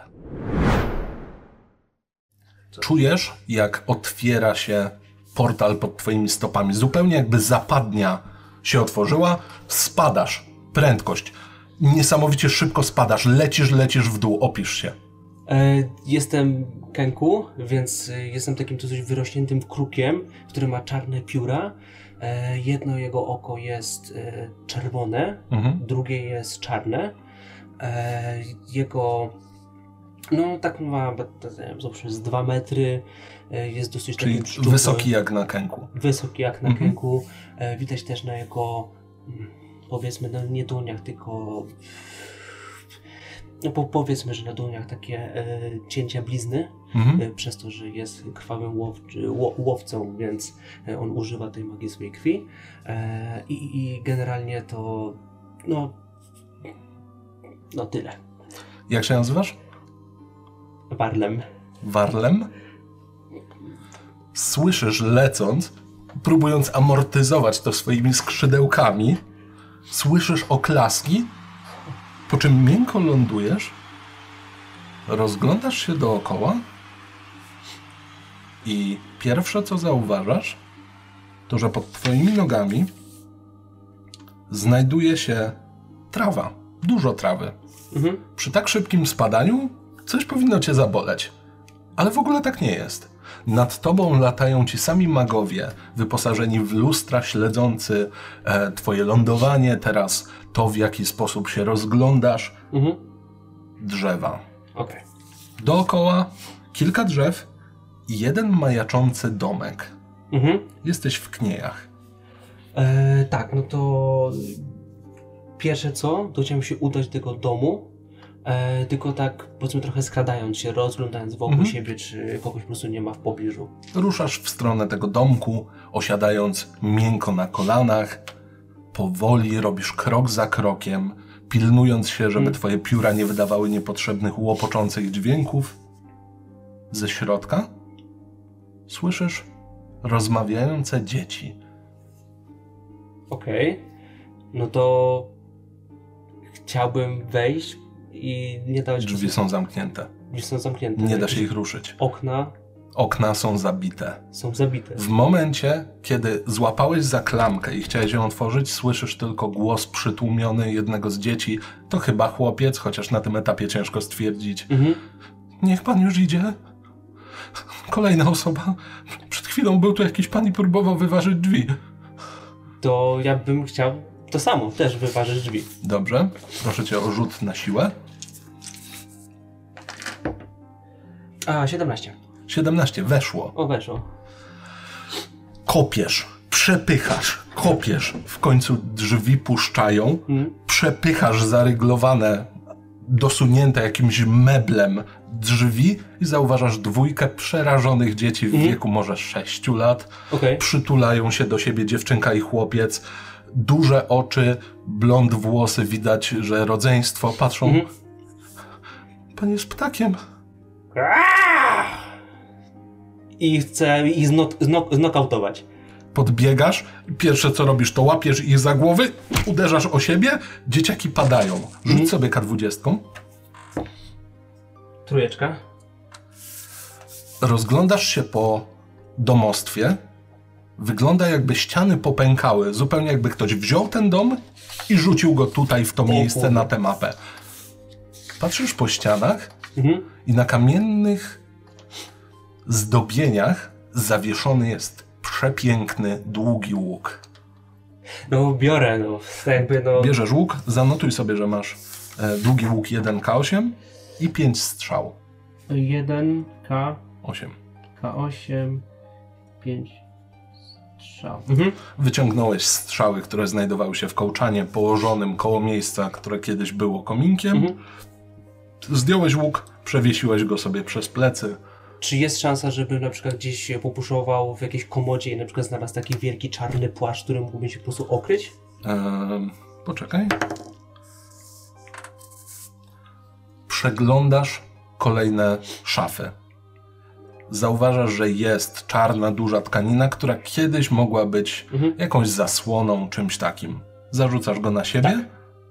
[SPEAKER 1] Czujesz, jak otwiera się portal pod twoimi stopami. Zupełnie jakby zapadnia się otworzyła. Spadasz. Prędkość. Niesamowicie szybko spadasz. Lecisz, lecisz w dół. Opisz się.
[SPEAKER 7] E, jestem Kenku, więc e, jestem takim dosyć wyrośniętym krukiem, który ma czarne pióra. E, jedno jego oko jest e, czerwone,
[SPEAKER 1] Mhm.
[SPEAKER 7] drugie jest czarne. E, jego, no tak ma, załóżmy z dwa metry, e, jest dosyć
[SPEAKER 1] Czyli
[SPEAKER 7] taki szczupły,
[SPEAKER 1] wysoki jak na Kenku.
[SPEAKER 7] wysoki jak na
[SPEAKER 1] Mhm.
[SPEAKER 7] Kenku. E, widać też na jego, mm, powiedzmy, no nie dłoniach, tylko no po, powiedzmy, że na dłoniach takie e, cięcia blizny,
[SPEAKER 1] Mhm.
[SPEAKER 7] e, przez to, że jest krwawym łowczy, ło, łowcą, więc e, on używa tej magii swojej krwi. E, i, I generalnie to, no, no tyle.
[SPEAKER 1] Jak się nazywasz?
[SPEAKER 7] Barlem.
[SPEAKER 1] Warlem? Słyszysz lecąc, próbując amortyzować to swoimi skrzydełkami, słyszysz oklaski, po czym miękko lądujesz, rozglądasz się dookoła i pierwsze co zauważasz, to że pod twoimi nogami znajduje się trawa, dużo trawy.
[SPEAKER 7] Mhm.
[SPEAKER 1] Przy tak szybkim spadaniu coś powinno cię zaboleć. Ale w ogóle tak nie jest. Nad tobą latają ci sami magowie, wyposażeni w lustra, śledzący e, twoje lądowanie, teraz to, w jaki sposób się rozglądasz.
[SPEAKER 7] Mhm.
[SPEAKER 1] Drzewa.
[SPEAKER 7] Okej.
[SPEAKER 1] Dookoła kilka drzew i jeden majaczący domek.
[SPEAKER 7] Mhm.
[SPEAKER 1] Jesteś w Kniejach.
[SPEAKER 7] E, tak, no to pierwsze co, to chciałem się udać do tego domu, e, tylko tak powiedzmy trochę skradając się, rozglądając wokół
[SPEAKER 1] Mhm.
[SPEAKER 7] siebie, czy kogoś po prostu nie ma w pobliżu.
[SPEAKER 1] Ruszasz w stronę tego domku, osiadając miękko na kolanach. Powoli robisz krok za krokiem, pilnując się, żeby
[SPEAKER 7] Mm.
[SPEAKER 1] twoje pióra nie wydawały niepotrzebnych, łopoczących dźwięków. Ze środka słyszysz rozmawiające dzieci.
[SPEAKER 7] Okej, no to chciałbym wejść i nie dawać...
[SPEAKER 1] Drzwi są zamknięte.
[SPEAKER 7] Drzwi są zamknięte.
[SPEAKER 1] Nie da się ich ruszyć.
[SPEAKER 7] Okna
[SPEAKER 1] Okna są zabite.
[SPEAKER 7] są zabite.
[SPEAKER 1] W momencie, kiedy złapałeś za klamkę i chciałeś ją otworzyć, słyszysz tylko głos przytłumiony jednego z dzieci. To chyba chłopiec, chociaż na tym etapie ciężko stwierdzić.
[SPEAKER 7] Mhm.
[SPEAKER 1] Niech pan już idzie. Kolejna osoba. Przed chwilą był tu jakiś pan i próbował wyważyć drzwi.
[SPEAKER 7] To ja bym chciał to samo, też wyważyć drzwi.
[SPEAKER 1] Dobrze, proszę cię o rzut na siłę.
[SPEAKER 7] A, siedemnaście.
[SPEAKER 1] siedemnaście, weszło.
[SPEAKER 7] O, weszło.
[SPEAKER 1] Kopiesz, przepychasz, kopiesz. W końcu drzwi puszczają.
[SPEAKER 7] Mhm.
[SPEAKER 1] Przepychasz zaryglowane, dosunięte jakimś meblem drzwi i zauważasz dwójkę przerażonych dzieci w
[SPEAKER 7] Mhm.
[SPEAKER 1] wieku może sześciu lat.
[SPEAKER 7] Okej.
[SPEAKER 1] Przytulają się do siebie dziewczynka i chłopiec. Duże oczy, blond włosy, widać, że rodzeństwo. Patrzą.
[SPEAKER 7] Mhm.
[SPEAKER 1] Pan jest ptakiem.
[SPEAKER 7] I chcę ich znok- znok- znokautować.
[SPEAKER 1] Podbiegasz, pierwsze co robisz to łapiesz ich za głowy, uderzasz o siebie, dzieciaki padają. Rzuć
[SPEAKER 7] Mhm.
[SPEAKER 1] sobie K dwadzieścia.
[SPEAKER 7] Trójeczka.
[SPEAKER 1] Rozglądasz się po domostwie. Wygląda jakby ściany popękały, zupełnie jakby ktoś wziął ten dom i rzucił go tutaj w to miejsce
[SPEAKER 7] kurde.
[SPEAKER 1] na tę mapę. Patrzysz po ścianach
[SPEAKER 7] Mhm.
[SPEAKER 1] i na kamiennych zdobieniach zawieszony jest przepiękny, długi łuk.
[SPEAKER 7] No biorę, no tak jakby no...
[SPEAKER 1] Bierzesz łuk, zanotuj sobie, że masz e, długi łuk jeden K osiem i pięć strzał.
[SPEAKER 7] jeden K
[SPEAKER 1] osiem.
[SPEAKER 7] K osiem, pięć strzał. Mhm.
[SPEAKER 1] Wyciągnąłeś strzały, które znajdowały się w kołczanie położonym koło miejsca, które kiedyś było kominkiem.
[SPEAKER 7] Mhm.
[SPEAKER 1] Zdjąłeś łuk, przewiesiłeś go sobie przez plecy.
[SPEAKER 7] Czy jest szansa, żebym na przykład gdzieś się popuszował w jakiejś komodzie i na przykład znalazł taki wielki czarny płaszcz, którym mógłbym się po prostu okryć?
[SPEAKER 1] Ehm, poczekaj. Przeglądasz kolejne szafy. Zauważasz, że jest czarna, duża tkanina, która kiedyś mogła być
[SPEAKER 7] Mhm.
[SPEAKER 1] jakąś zasłoną, czymś takim. Zarzucasz go na siebie
[SPEAKER 7] Tak.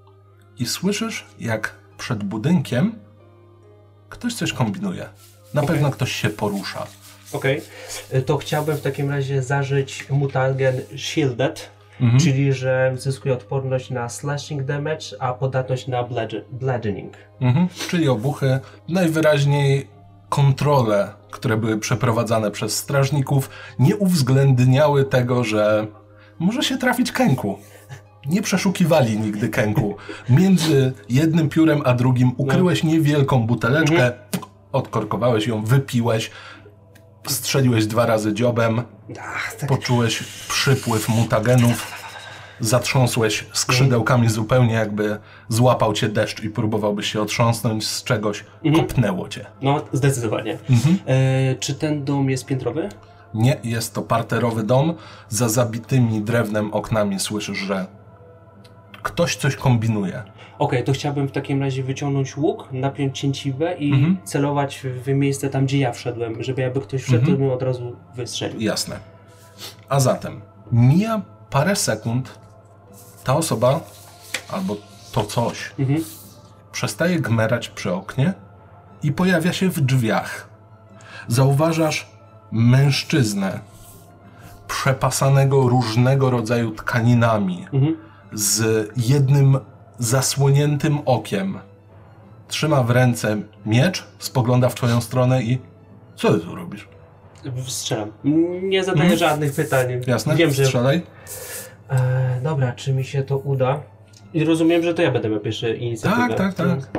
[SPEAKER 1] i słyszysz, jak przed budynkiem ktoś coś kombinuje. Na
[SPEAKER 7] Okej.
[SPEAKER 1] pewno ktoś się porusza.
[SPEAKER 7] Okej. Okay. To chciałbym w takim razie zażyć mutagen Shielded,
[SPEAKER 1] Mhm.
[SPEAKER 7] czyli że zyskuje odporność na slashing damage, a podatność na bludge- bludgeoning.
[SPEAKER 1] Mhm. Czyli obuchy. Najwyraźniej kontrole, które były przeprowadzane przez strażników, nie uwzględniały tego, że może się trafić kęku. Nie przeszukiwali nigdy kęku. Między jednym piórem a drugim ukryłeś niewielką buteleczkę, odkorkowałeś ją, wypiłeś, strzeliłeś dwa razy dziobem,
[SPEAKER 7] Ach, tak.
[SPEAKER 1] poczułeś przypływ mutagenów, zatrząsłeś skrzydełkami zupełnie, jakby złapał cię deszcz i próbowałbyś się otrząsnąć z czegoś,
[SPEAKER 7] Mhm.
[SPEAKER 1] kopnęło cię.
[SPEAKER 7] No, zdecydowanie.
[SPEAKER 1] Mhm.
[SPEAKER 7] E, czy ten dom jest piętrowy?
[SPEAKER 1] Nie, jest to parterowy dom. Za zabitymi drewnem oknami słyszysz, że ktoś coś kombinuje.
[SPEAKER 7] Okej, to chciałbym w takim razie wyciągnąć łuk, napiąć cięciwę i
[SPEAKER 1] Mhm.
[SPEAKER 7] celować w, w miejsce tam, gdzie ja wszedłem, żeby jakby ktoś wszedł,
[SPEAKER 1] Mhm.
[SPEAKER 7] to bym od razu wystrzelił.
[SPEAKER 1] Jasne. A zatem mija parę sekund, ta osoba albo to coś
[SPEAKER 7] Mhm.
[SPEAKER 1] przestaje gmerać przy oknie i pojawia się w drzwiach. Zauważasz mężczyznę przepasanego różnego rodzaju tkaninami,
[SPEAKER 7] Mhm.
[SPEAKER 1] z jednym zasłoniętym okiem. Trzyma w ręce miecz, spogląda w twoją stronę i... Co ty tu robisz?
[SPEAKER 7] Strzelam. Nie zadaję
[SPEAKER 1] Mhm.
[SPEAKER 7] żadnych pytań.
[SPEAKER 1] Jasne?
[SPEAKER 7] Wiem, że...
[SPEAKER 1] Strzelaj.
[SPEAKER 7] E, dobra, czy mi się to uda? I rozumiem, że to ja będę miał pierwszy inicjatywę.
[SPEAKER 1] Tak, tak, tak.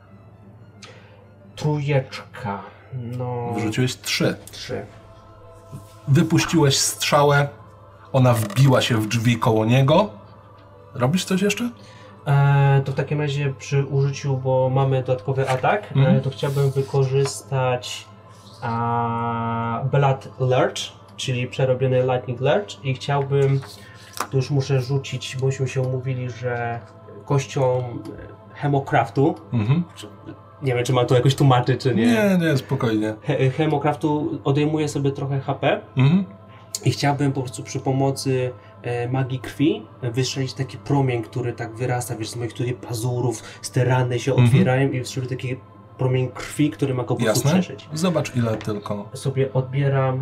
[SPEAKER 7] Trójeczka. No...
[SPEAKER 1] Wrzuciłeś trzy.
[SPEAKER 7] Trzy.
[SPEAKER 1] Wypuściłeś strzałę, ona wbiła się w drzwi koło niego. Robisz coś jeszcze?
[SPEAKER 7] E, to w takim razie przy użyciu, bo mamy dodatkowy atak,
[SPEAKER 1] Mhm.
[SPEAKER 7] e, to chciałbym wykorzystać a, Blood Lurch, czyli przerobiony Lightning Lurch i chciałbym, tu już muszę rzucić, bośmy się umówili, że kością Hemocraftu,
[SPEAKER 1] Mhm.
[SPEAKER 7] nie wiem czy mam to jakoś tłumaczyć czy nie,
[SPEAKER 1] Nie, nie, spokojnie.
[SPEAKER 7] He, Hemocraftu odejmuję sobie trochę H P
[SPEAKER 1] Mhm.
[SPEAKER 7] i chciałbym po prostu przy pomocy e, magii krwi wystrzelić taki promień, który tak wyrasta, wiesz, z moich tutaj pazurów, z te rany się
[SPEAKER 1] Mhm.
[SPEAKER 7] otwierają i wystrzelić taki promień krwi, który ma go po prostu
[SPEAKER 1] Jasne?
[SPEAKER 7] przeszyć.
[SPEAKER 1] Zobacz ile tylko.
[SPEAKER 7] Sobie odbieram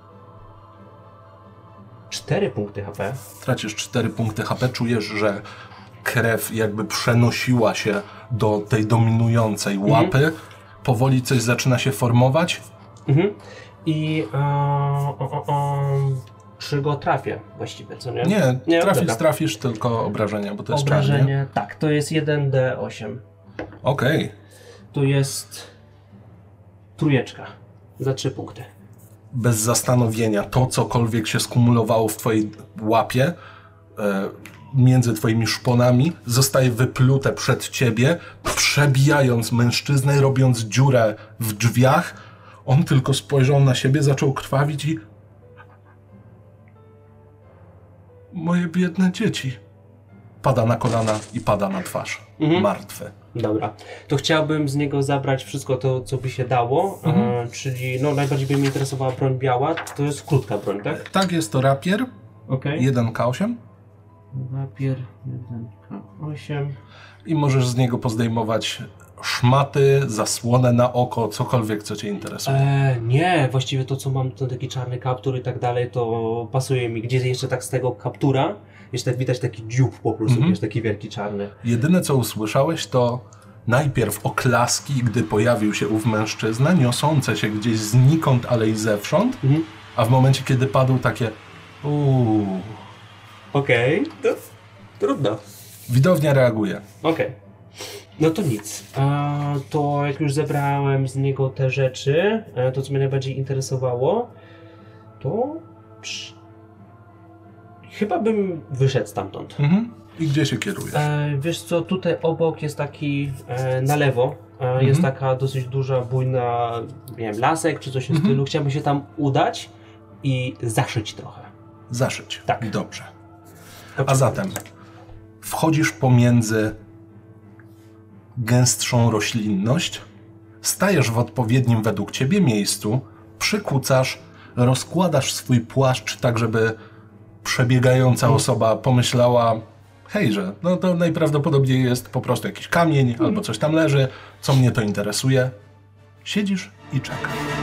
[SPEAKER 7] cztery punkty H P.
[SPEAKER 1] Tracisz cztery punkty H P, czujesz, że krew jakby przenosiła się do tej dominującej łapy. Powoli coś zaczyna się formować.
[SPEAKER 7] Mhm. I e, o, o, o, czy go trafię właściwie, co nie?
[SPEAKER 1] Nie,
[SPEAKER 7] Nie,
[SPEAKER 1] trafisz,
[SPEAKER 7] dobra.
[SPEAKER 1] trafisz tylko obrażenia, bo to jest czarnie.
[SPEAKER 7] Obrażenie, tak, to jest jeden D osiem.
[SPEAKER 1] Okej.
[SPEAKER 7] Tu jest trójeczka za trzy punkty.
[SPEAKER 1] Bez zastanowienia to, cokolwiek się skumulowało w twojej łapie, e, między twoimi szponami, zostaje wyplute przed ciebie, przebijając mężczyznę, robiąc dziurę w drzwiach. On tylko spojrzał na siebie, zaczął krwawić i... Moje biedne dzieci. Pada na kolana i pada na twarz.
[SPEAKER 7] Mhm.
[SPEAKER 1] Martwy.
[SPEAKER 7] Dobra, to chciałbym z niego zabrać wszystko to, co by się dało,
[SPEAKER 1] Mhm.
[SPEAKER 7] e, czyli no najbardziej by mnie interesowała broń biała, to jest krótka broń, tak?
[SPEAKER 1] Tak, jest to rapier,
[SPEAKER 7] Okej.
[SPEAKER 1] jeden K osiem
[SPEAKER 7] Rapier jeden K osiem.
[SPEAKER 1] i możesz z niego pozdejmować szmaty, zasłonę na oko, cokolwiek, co cię interesuje.
[SPEAKER 7] E, nie, właściwie to co mam, to taki czarny kaptur i tak dalej, to pasuje mi. Gdzie jeszcze tak z tego kaptura, jeszcze tak widać taki dziób po prostu,
[SPEAKER 1] Mhm.
[SPEAKER 7] wiesz, taki wielki czarny.
[SPEAKER 1] Jedyne, co usłyszałeś, to najpierw oklaski, gdy pojawił się ów mężczyzna, niosące się gdzieś znikąd, ale i zewsząd,
[SPEAKER 7] Mhm.
[SPEAKER 1] a w momencie, kiedy padł, takie uuu,
[SPEAKER 7] Okej,
[SPEAKER 5] To trudno.
[SPEAKER 1] Widownia reaguje.
[SPEAKER 7] okej. No to nic. A, to jak już zebrałem z niego te rzeczy, e, to co mnie najbardziej interesowało, to psz, chyba bym wyszedł stamtąd.
[SPEAKER 1] Mhm. I gdzie się kierujesz?
[SPEAKER 7] E, wiesz co, tutaj obok jest taki, e, na lewo, e, jest taka dosyć duża, bujna, nie wiem, lasek czy coś w tym stylu. Chciałbym się tam udać i zaszyć trochę.
[SPEAKER 1] Zaszyć.
[SPEAKER 7] Tak.
[SPEAKER 1] Dobrze. A zatem wchodzisz pomiędzy gęstszą roślinność, stajesz w odpowiednim według ciebie miejscu, przykucasz, rozkładasz swój płaszcz tak, żeby przebiegająca osoba pomyślała, hejże, no to najprawdopodobniej jest po prostu jakiś kamień albo coś tam leży, co mnie to interesuje. Siedzisz i czekasz.